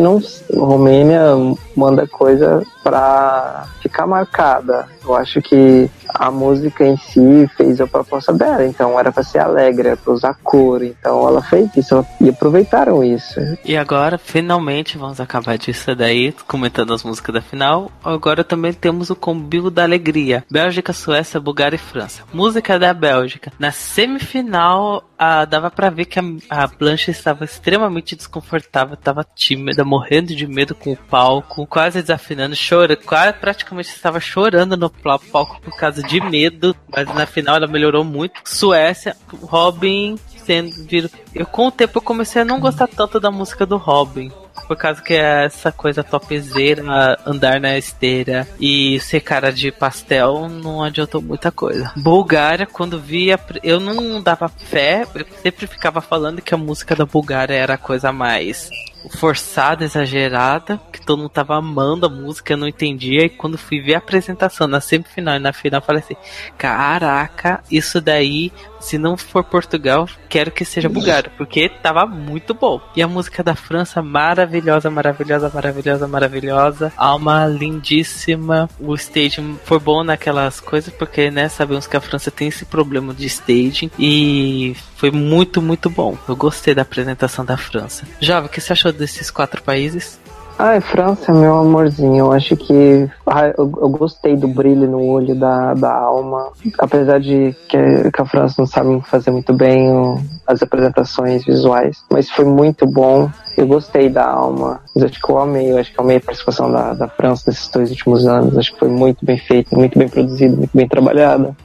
manda coisa pra ficar marcada. Eu acho que a música em si fez a proposta dela, então era pra ser alegre, era pra usar cor, então ela fez isso e aproveitaram isso. E agora, finalmente, vamos acabar disso daí, comentando as músicas da final. Agora também temos o Combo da Alegria: Bélgica, Suécia, Bulgária e França. Música da Bélgica. Na semifinal, dava pra ver que a Blanche estava extremamente desconfortável, estava tímida, morrendo de medo com o palco, quase desafinando, praticamente estava chorando no palco por causa de medo, mas na final ela melhorou muito. Suécia, Robin com o tempo eu comecei a não gostar tanto da música do Robin, por causa que é essa coisa topzeira, andar na esteira e ser cara de pastel, não adiantou muita coisa. Bulgária, quando via, eu não dava fé, eu sempre ficava falando que a música da Bulgária era a coisa mais forçada, exagerada, que todo mundo tava amando a música, eu não entendia, e quando fui ver a apresentação na semifinal e na final, eu falei assim, caraca, isso daí, se não for Portugal, quero que seja Bulgária, porque tava muito bom. E a música da França, maravilhosa, maravilhosa, maravilhosa, maravilhosa, alma lindíssima, o staging foi bom naquelas coisas, porque, né, sabemos que a França tem esse problema de staging, e foi muito, muito bom. Eu gostei da apresentação da França. Jovem, o que você achou desses 4 países? Ai, França é meu amorzinho. Eu acho que eu gostei do brilho no olho da Alma. Apesar de que a França não sabe fazer muito bem as apresentações visuais. Mas foi muito bom. Eu gostei da Alma. Eu acho que eu amei a participação da França nesses 2 últimos anos. Acho que foi muito bem feito, muito bem produzido, muito bem trabalhada.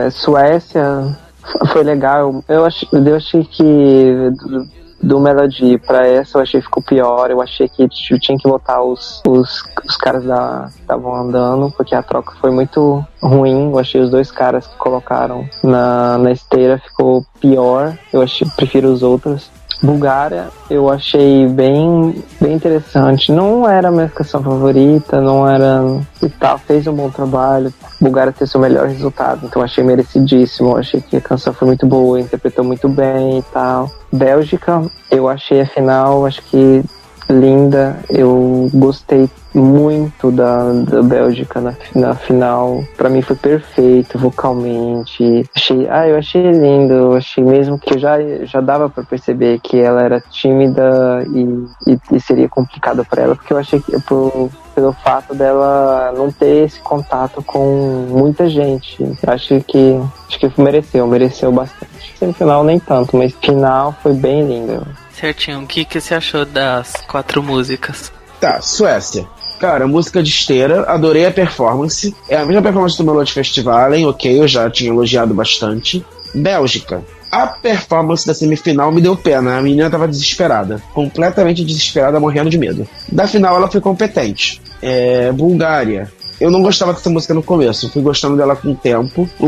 Suécia foi legal. Eu achei que do Melody pra essa eu achei que ficou pior. Eu achei que tinha que botar os caras que estavam andando, porque a troca foi muito ruim. Eu achei os 2 caras que colocaram na esteira ficou pior. Prefiro os outros. Bulgária eu achei bem interessante. Não era a minha canção favorita, não era e tal, fez um bom trabalho. Bulgária teve seu melhor resultado, então achei merecidíssimo. Eu achei que a canção foi muito boa, interpretou muito bem e tal. Bélgica, eu achei a final, acho que linda. Eu gostei muito da Bélgica na final. Pra mim foi perfeito vocalmente. Eu achei lindo. Eu achei mesmo que já dava pra perceber que ela era tímida e seria complicado pra ela, porque eu achei que pelo fato dela não ter esse contato com muita gente. Acho que mereceu bastante. Semifinal nem tanto, mas final foi bem lindo. Certinho, o que você achou das 4 músicas? Tá, Suécia. Cara, música de esteira, adorei a performance. É a mesma performance do Melody Festivalen, ok, eu já tinha elogiado bastante. Bélgica. A performance da semifinal me deu pena, a menina tava desesperada. Completamente desesperada, morrendo de medo. Da final ela foi competente. Bulgária. Eu não gostava dessa música no começo, fui gostando dela com o tempo. O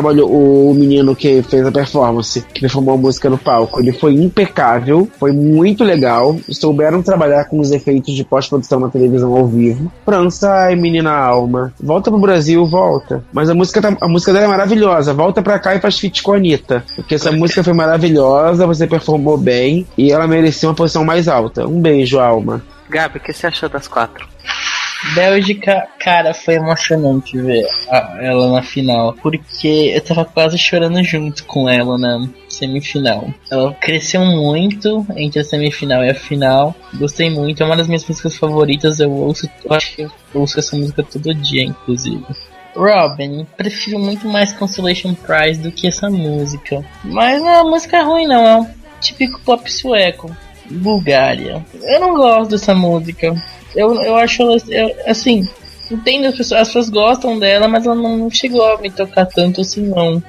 menino que fez a performance, que performou a música no palco, ele foi impecável, foi muito legal. Souberam trabalhar com os efeitos de pós-produção na televisão ao vivo. França, ai menina Alma, volta pro Brasil, volta. Mas a música dela é maravilhosa, volta pra cá e faz feat com a Anitta. Porque essa música foi maravilhosa, você performou bem e ela merecia uma posição mais alta. Um beijo, Alma. Gabi, o que você achou das 4? Bélgica, cara, foi emocionante ver ela na final, porque eu tava quase chorando junto com ela na semifinal. Ela cresceu muito entre a semifinal e a final. Gostei muito, é uma das minhas músicas favoritas. Eu acho que eu ouço essa música todo dia, inclusive. Robin, prefiro muito mais Consolation Prize do que essa música. Mas não é uma música ruim, não, é um típico pop sueco. Bulgária, eu não gosto dessa música. Eu acho ela, assim, entendo as pessoas gostam dela, mas ela não chegou a me tocar tanto assim, não.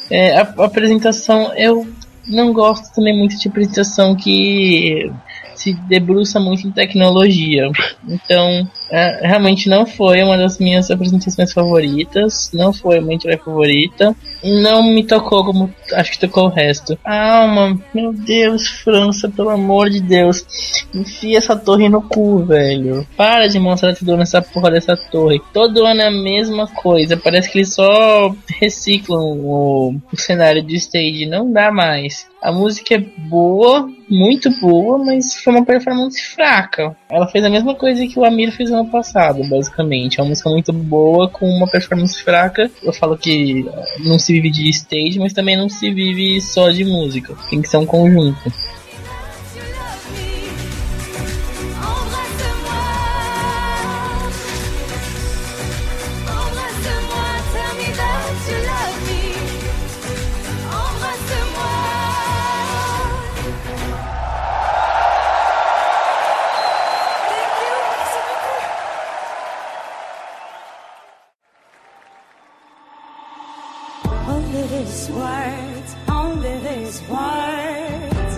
A apresentação, eu não gosto também muito de apresentação que se debruça muito em tecnologia. Então, realmente não foi uma das minhas apresentações favoritas. Não foi a minha favorita. Não me tocou como acho que tocou o resto. Alma, meu Deus, França, pelo amor de Deus. Enfia essa torre no cu, velho. Para de mostrar tudo nessa porra dessa torre. Todo ano é a mesma coisa. Parece que eles só reciclam o cenário de stage. Não dá mais. A música é boa, muito boa, mas foi uma performance fraca. Ela fez a mesma coisa que o Amir fez ano passado, basicamente. É uma música muito boa com uma performance fraca. Eu falo que não se vive de stage, mas também não se vive só de música. Tem que ser um conjunto. Only these words.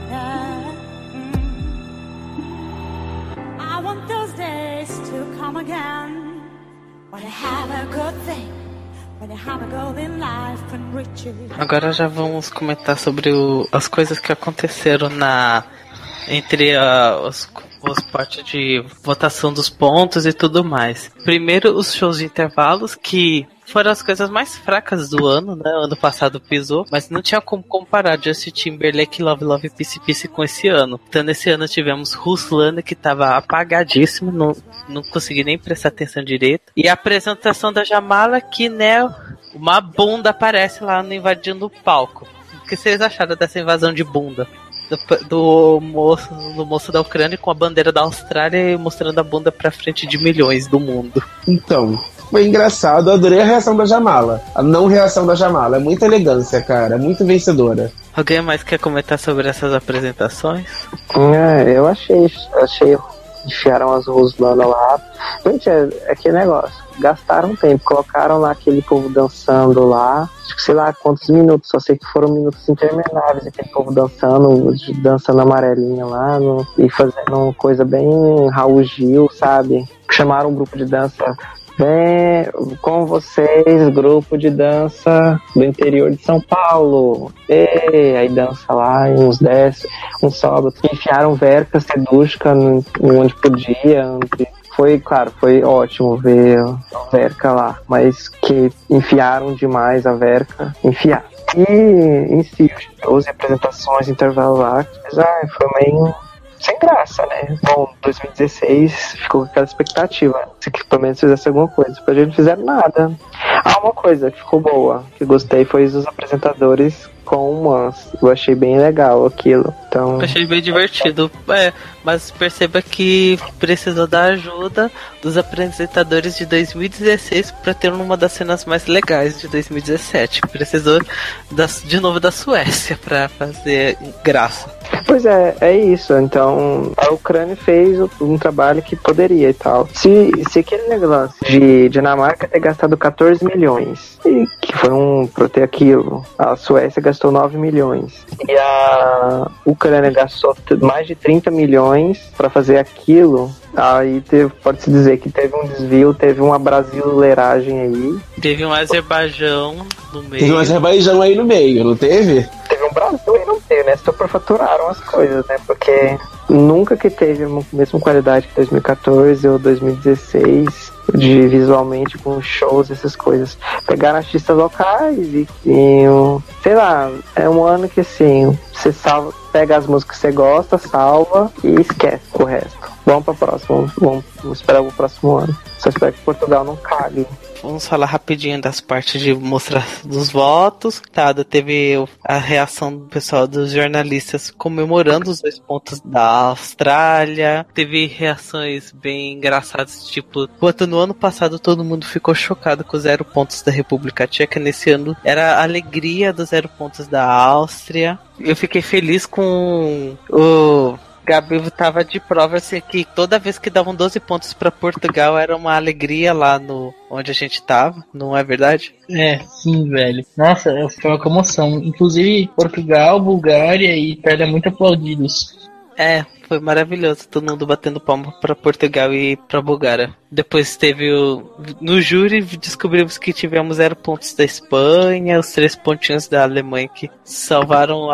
I want those days to come again, when I have a good thing, when I have a goal in life and riches. Agora já vamos comentar sobre as coisas que aconteceram entre os partes de votação dos pontos e tudo mais. Primeiro, os shows de intervalos, que foram as coisas mais fracas do ano, né? Ano passado pisou, mas não tinha como comparar Justin Timberlake, Love Love Peace Peace com esse ano. Então nesse ano tivemos Ruslan, que tava apagadíssimo, não consegui nem prestar atenção direito. E a apresentação da Jamala, que, né, uma bunda aparece lá invadindo o palco. O que vocês acharam dessa invasão de bunda? do moço da Ucrânia com a bandeira da Austrália e mostrando a bunda pra frente de milhões do mundo. Então, foi engraçado, eu adorei a reação da Jamala. A não reação da Jamala. É muita elegância, cara. É muito vencedora. Alguém mais quer comentar sobre essas apresentações? Eu achei. Enfiaram as Ruslanas lá. Gente, é aquele negócio. Gastaram tempo, colocaram lá aquele povo dançando lá. Acho que sei lá quantos minutos, só sei que foram minutos intermináveis. Aquele povo dançando amarelinha lá e fazendo coisa bem Raul Gil, sabe? Chamaram um grupo de dança. Vem com vocês, grupo de dança do interior de São Paulo. Aí dança lá, uns desce, uns sobe. Enfiaram Verka, Sedushka onde podia. Foi ótimo ver a Verka lá, mas que enfiaram demais a Verka. Enfiaram. E em si, as apresentações, intervalo lá, foi meio sem graça, né? Bom, 2016 ficou com aquela expectativa. Se que pelo menos fizesse alguma coisa. Depois eles não fizeram nada. Uma coisa que ficou boa, que gostei, foi os apresentadores com humans. Eu achei bem legal aquilo. Então... Eu achei bem divertido. Mas perceba que precisou da ajuda dos apresentadores de 2016 para ter uma das cenas mais legais de 2017. Precisou de novo da Suécia para fazer graça. Pois é isso. Então a Ucrânia fez um trabalho que poderia e tal. Se aquele negócio de Dinamarca ter gastado 14 milhões, e que foi pra ter aquilo, a Suécia gastou 9 milhões. E a Ucrânia gastou mais de 30 milhões para fazer aquilo. Aí pode-se dizer que teve um desvio, teve uma brasileiragem aí. Teve um Azerbaijão no meio. Teve um Azerbaijão aí no meio, não teve? Teve um Brasil aí no meio, né? Superfaturaram as coisas, né? Porque nunca que teve a mesma qualidade que 2014 ou 2016 de visualmente com shows, essas coisas. Pegaram artistas locais e sei lá, é um ano que assim, você pega as músicas que você gosta, salva e esquece o resto. Vamos para o próximo, vamos esperar o próximo ano. Só espero que Portugal não cague. Vamos falar rapidinho das partes de mostrar dos votos. Teve a reação do pessoal dos jornalistas comemorando os 2 pontos da Austrália. Teve reações bem engraçadas, tipo, enquanto no ano passado todo mundo ficou chocado com os 0 pontos da República Tcheca, nesse ano era a alegria dos 0 pontos da Áustria. Eu fiquei feliz com o... Gabi tava de prova assim, que toda vez que davam 12 pontos pra Portugal era uma alegria lá onde a gente tava, não é verdade? Sim, velho. Nossa, foi uma comoção. Inclusive Portugal, Bulgária e Itália muito aplaudidos. Foi maravilhoso, todo mundo batendo palma pra Portugal e pra Bulgária. Depois teve no júri descobrimos que tivemos 0 pontos da Espanha, os 3 pontinhos da Alemanha que salvaram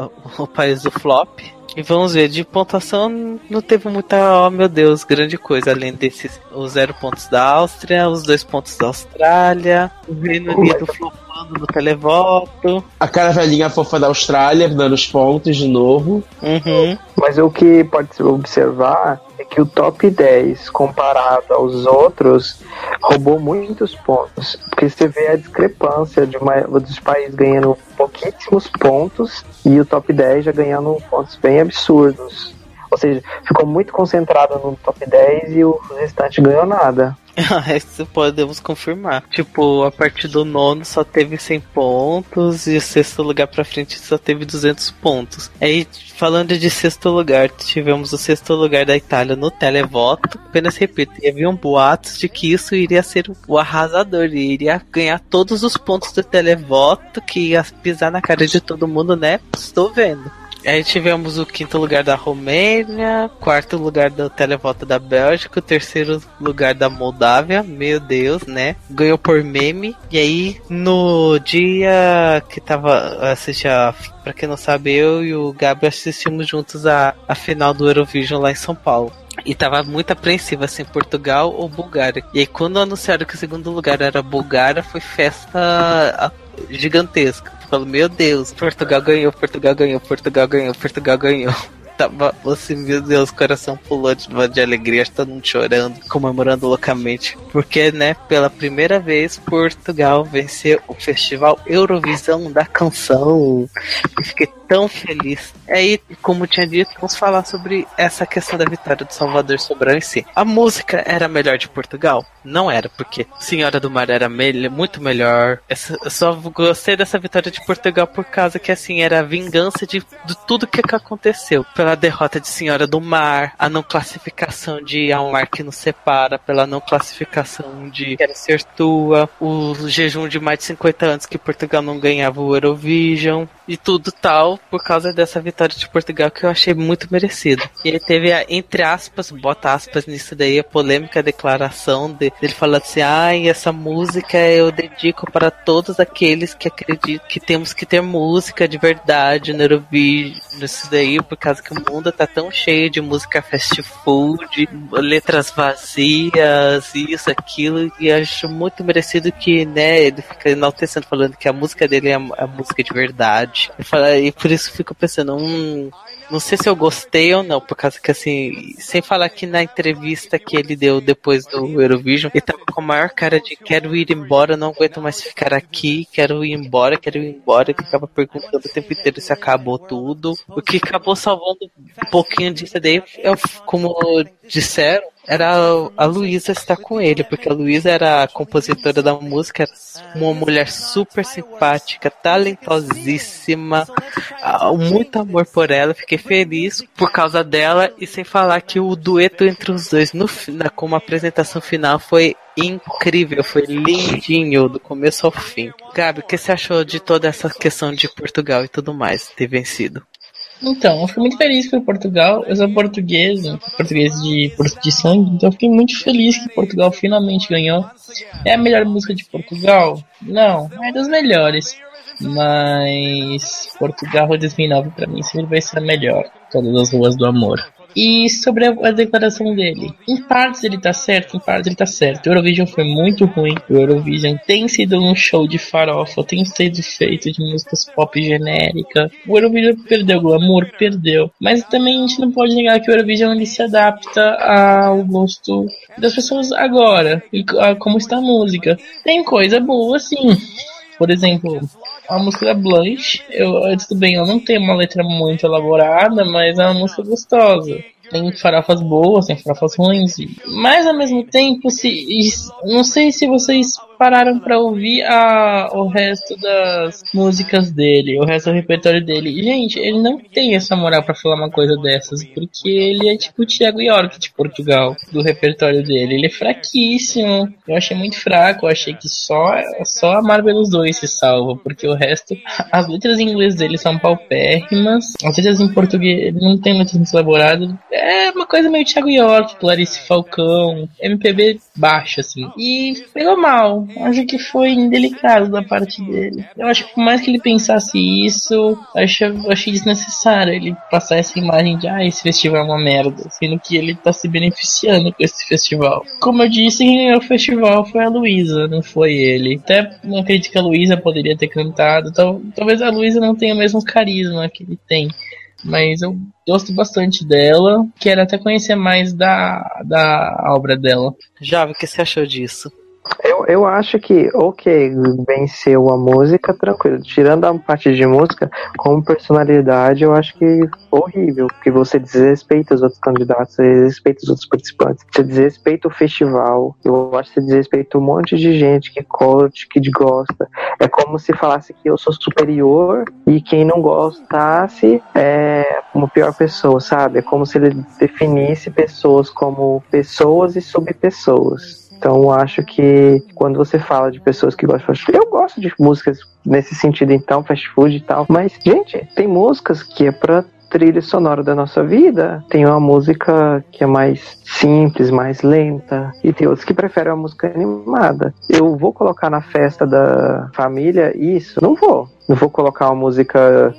o país do flop. E vamos ver, de pontuação não teve muita, meu Deus, grande coisa, além desses, os 0 pontos da Áustria, os 2 pontos da Austrália, o Reino Unido flopando no televoto. A cara velhinha fofa da Austrália dando os pontos de novo. Uhum. Mas o que pode se observar é que o top 10 comparado aos outros roubou muitos pontos, porque você vê a discrepância dos países ganhando pouquíssimos pontos e o top 10 já ganhando pontos bem absurdos. Ou seja, ficou muito concentrado no top 10 e o restante ganhou nada. Isso podemos confirmar. Tipo, a partir do 9º só teve 100 pontos e o 6º lugar pra frente só teve 200 pontos. Aí, falando de 6º lugar, tivemos o 6º lugar da Itália no televoto. Apenas repito, havia boatos de que isso iria ser o arrasador, e iria ganhar todos os pontos do televoto, que ia pisar na cara de todo mundo, né? Estou vendo. Aí tivemos o 5º lugar da Romênia, 4º lugar do televoto da Bélgica, o 3º lugar da Moldávia, meu Deus, né? Ganhou por meme. E aí, no dia que tava assistindo, pra quem não sabe, eu e o Gabi assistimos juntos a final do Eurovision lá em São Paulo. E tava muito apreensiva, assim, Portugal ou Bulgária. E aí, quando anunciaram que o 2º lugar era Bulgária, foi festa gigantesca. Falei, meu Deus, Portugal ganhou. Tava assim, meu Deus, o coração pulou de alegria, todo mundo chorando, comemorando loucamente. Porque, né, pela primeira vez, Portugal venceu o Festival Eurovisão da Canção. E fiquei tão feliz. Aí, como tinha dito, vamos falar sobre essa questão da vitória do Salvador Sobral em si. A música era melhor de Portugal? Não era, porque Senhora do Mar era muito melhor. Eu só gostei dessa vitória de Portugal por causa que, assim, era a vingança de tudo que aconteceu. Pela derrota de Senhora do Mar, a não classificação de Há um Mar que nos separa, pela não classificação de Quero Ser Tua, o jejum de mais de 50 anos que Portugal não ganhava o Eurovision, e tudo tal, por causa dessa vitória de Portugal que eu achei muito merecido. E ele teve a, entre aspas, bota aspas nisso daí, a polêmica declaração dele falando assim, essa música eu dedico para todos aqueles que acreditam que temos que ter música de verdade no Eurovision, isso daí, por causa que o mundo tá tão cheio de música fast food, letras vazias, isso, aquilo, e acho muito merecido que, né, ele fica enaltecendo, falando que a música dele é a música de verdade. E por isso eu fico pensando, não sei se eu gostei ou não, por causa que, assim, sem falar que na entrevista que ele deu depois do Eurovision, ele tava com a maior cara de quero ir embora, não aguento mais ficar aqui, quero ir embora, e ficava perguntando o tempo inteiro se acabou tudo. O que acabou salvando um pouquinho disso daí, como disseram, era a Luísa estar com ele, porque a Luísa era a compositora da música, era uma mulher super simpática, talentosíssima, muito amor por ela, fiquei feliz por causa dela, e sem falar que o dueto entre os dois como apresentação final foi incrível, foi lindinho do começo ao fim. Gabi, o que você achou de toda essa questão de Portugal e tudo mais ter vencido? Então, eu fico muito feliz por Portugal. Eu sou português de sangue, então eu fiquei muito feliz que Portugal finalmente ganhou. É a melhor música de Portugal? Não, é das melhores. Mas Portugal 2009 pra mim sempre vai ser a melhor. Todas as ruas do amor. E sobre a declaração dele, em partes ele tá certo, em partes ele tá certo. O Eurovision foi muito ruim. O Eurovision tem sido um show de farofa, tem sido feito de músicas pop genérica. O Eurovision perdeu glamour, perdeu. Mas também a gente não pode negar que o Eurovision ele se adapta ao gosto das pessoas agora, e a como está a música. Tem coisa boa sim. Por exemplo, a música da Blanche, tudo bem, ela não tem uma letra muito elaborada, mas é uma música gostosa. Tem farofas boas, tem farofas ruins, mas ao mesmo tempo, não sei se vocês pararam pra ouvir o resto das músicas dele, o resto do repertório dele. Gente, ele não tem essa moral pra falar uma coisa dessas, porque ele é tipo o Thiago York de Portugal, do repertório dele. Ele é fraquíssimo, eu achei muito fraco, eu achei que só a Marvelous 2 se salva, porque o resto, as letras em inglês dele são paupérrimas, as letras em português, ele não tem letras muito elaboradas, é uma coisa meio Thiago York, Clarice Falcão, MPB baixo, assim, e pegou mal. Acho que foi indelicado da parte dele. Eu acho que por mais que ele pensasse isso, eu achei desnecessário ele passar essa imagem de esse festival é uma merda, sendo que ele tá se beneficiando com esse festival. Como eu disse, quem ganhou o festival foi a Luísa, não foi ele. Até não acredito que a Luísa poderia ter cantado, talvez a Luísa não tenha o mesmo carisma que ele tem, mas eu gosto bastante dela, quero até conhecer mais da obra dela. Jovem, o que você achou disso? Eu acho que, venceu a música, tranquilo. Tirando a parte de música, como personalidade, eu acho que horrível. Porque você desrespeita os outros candidatos, você desrespeita os outros participantes, você desrespeita o festival. Eu acho que você desrespeita um monte de gente que curte, que gosta. É como se falasse que eu sou superior e quem não gostasse é uma pior pessoa, sabe? É como se ele definisse pessoas como pessoas e subpessoas. Então, acho que quando você fala de pessoas que gostam de fast food, eu gosto de músicas nesse sentido, então, fast food e tal. Mas, gente, tem músicas que é pra trilha sonora da nossa vida. Tem uma música que é mais simples, mais lenta. E tem outros que preferem a música animada. Eu vou colocar na festa da família isso? Não vou. Não vou colocar uma música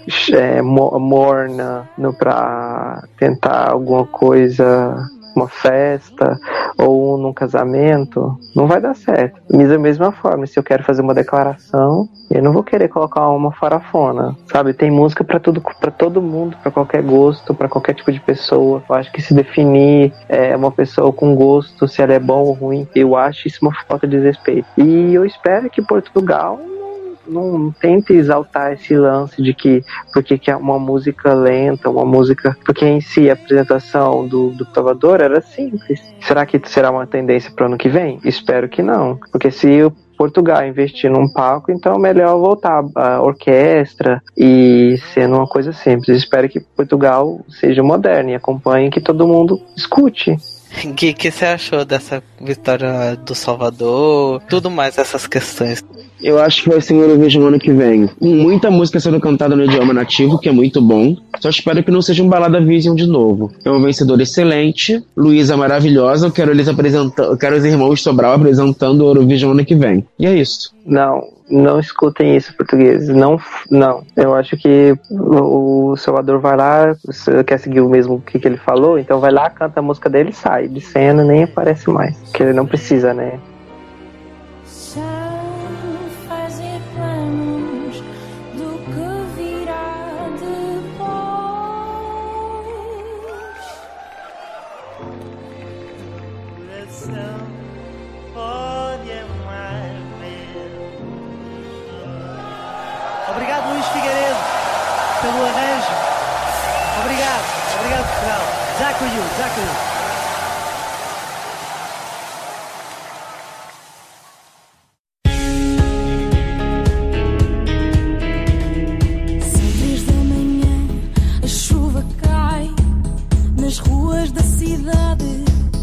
morna pra tentar alguma coisa, uma festa ou num casamento, não vai dar certo. Mas da mesma forma, se eu quero fazer uma declaração, eu não vou querer colocar uma farofona, sabe? Tem música pra todo mundo, pra qualquer gosto, pra qualquer tipo de pessoa. Eu acho que se definir uma pessoa com gosto, se ela é bom ou ruim, eu acho isso uma falta de respeito. E eu espero que Portugal não tente exaltar esse lance de que porque que é uma música lenta, uma música... Porque em si a apresentação do Salvador era simples. Será que será uma tendência para o ano que vem? Espero que não. Porque se o Portugal investir num palco, então é melhor voltar a orquestra e sendo uma coisa simples. Espero que Portugal seja moderno e acompanhe, que todo mundo escute. Gui, o que você achou dessa vitória do Salvador? Tudo mais essas questões. Eu acho que vai ser um Eurovision ano que vem. Com muita música sendo cantada no idioma nativo, que é muito bom. Só espero que não seja um Balada Vision de novo. É um vencedor excelente. Luísa maravilhosa. Eu quero eles apresentando. Eu quero os irmãos Sobral apresentando o Eurovision ano que vem. E é isso. Não escutem isso, portugueses. Não. Eu acho que o Salvador vai lá, quer seguir o mesmo que ele falou, então vai lá, canta a música dele e sai de cena, nem aparece mais. Porque ele não precisa, né? Sem fazer planos do que virá depois. Coração pode amar mesmo. Obrigado, Luís Figueiredo, pelo arranjo. Obrigado, Portugal. Já acolhiu. São 3 da manhã, a chuva cai nas ruas da cidade.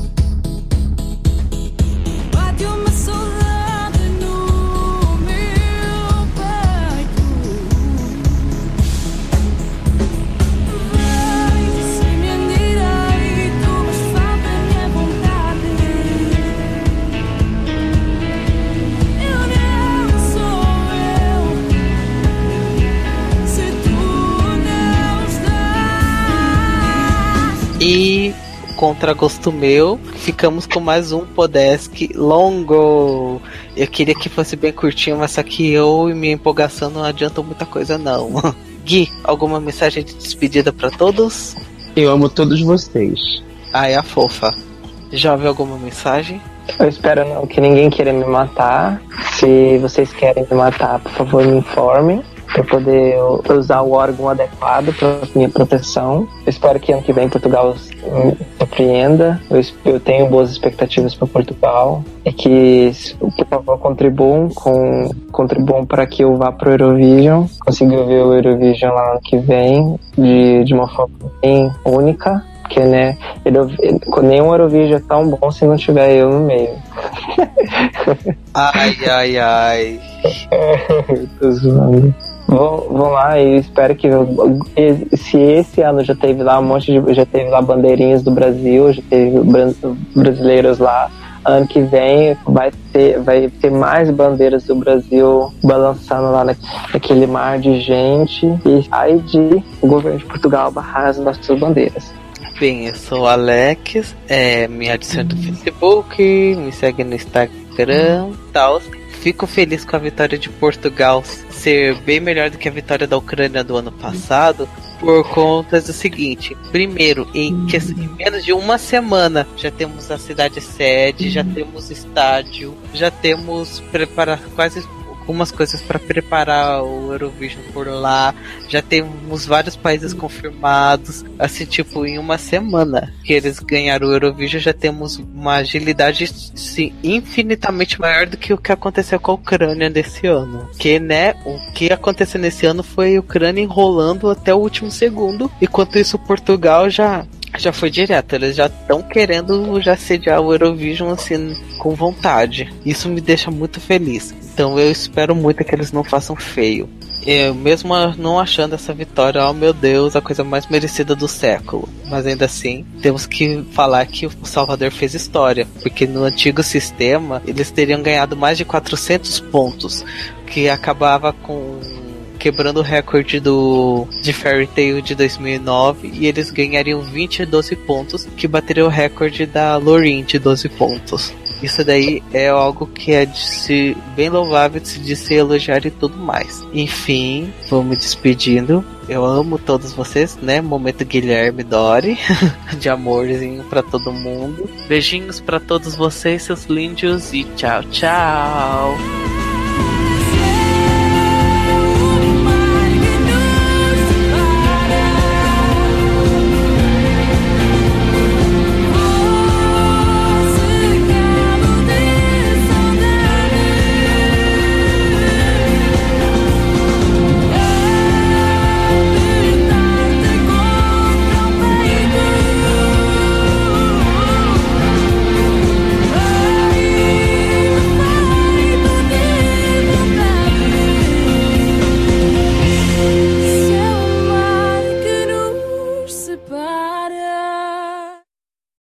Bate uma saudade no meu peito. Vem sem me direito, mas falta-me a vontade. Eu não sou eu, se tu não estás. E, contra gosto meu, ficamos com mais um Podesk longo. Eu queria que fosse bem curtinho, mas só que eu e minha empolgação não adiantam muita coisa não. Gui, alguma mensagem de despedida pra todos? Eu amo todos vocês. Ai, a fofa. Jovem, alguma mensagem? Eu espero não que ninguém queira me matar. Se vocês querem me matar, por favor, me informem, para poder usar o órgão adequado para minha proteção. Eu espero que ano que vem Portugal me surpreenda. Eu tenho boas expectativas para Portugal. E que, por favor, contribuam para que eu vá para o Eurovision. Consiga ver o Eurovision lá ano que vem de uma forma bem única. Porque, né, nenhum Eurovision é tão bom se não tiver eu no meio. Ai. Tô zoando. Vão lá e espero que se esse ano já teve lá já teve lá bandeirinhas do Brasil, já teve brasileiros lá, ano que vem vai ter mais bandeiras do Brasil balançando lá naquele mar de gente, e aí de o governo de Portugal barrar as nossas bandeiras. Bem, eu sou o Alex, me adicione no Facebook, me segue no Instagram e tal. Fico feliz com a vitória de Portugal ser bem melhor do que a vitória da Ucrânia do ano passado, por conta do seguinte: primeiro, em menos de uma semana já temos a cidade sede, já temos estádio, já temos quase algumas coisas para preparar o Eurovision por lá, já temos vários países confirmados, assim, tipo, em uma semana que eles ganharam o Eurovision, já temos uma agilidade, sim, infinitamente maior do que o que aconteceu com a Ucrânia desse ano, que, né, o que aconteceu nesse ano foi a Ucrânia enrolando até o último segundo, enquanto isso Portugal já foi direto, eles já estão querendo já sediar o Eurovision assim, com vontade. Isso me deixa muito feliz. Então eu espero muito que eles não façam feio. Eu mesmo não achando essa vitória, oh meu Deus, a coisa mais merecida do século. Mas ainda assim, temos que falar que o Salvador fez história. Porque no antigo sistema, eles teriam ganhado mais de 400 pontos. Que acabava quebrando o recorde de Fairy Tail de 2009, e eles ganhariam 20 e 12 pontos, que bateria o recorde da Loreen de 12 pontos. Isso daí é algo que é bem louvável de se elogiar e tudo mais. Enfim, vou me despedindo. Eu amo todos vocês, né? Momento Guilherme Dori, de amorzinho pra todo mundo. Beijinhos pra todos vocês, seus lindos, e tchau, tchau!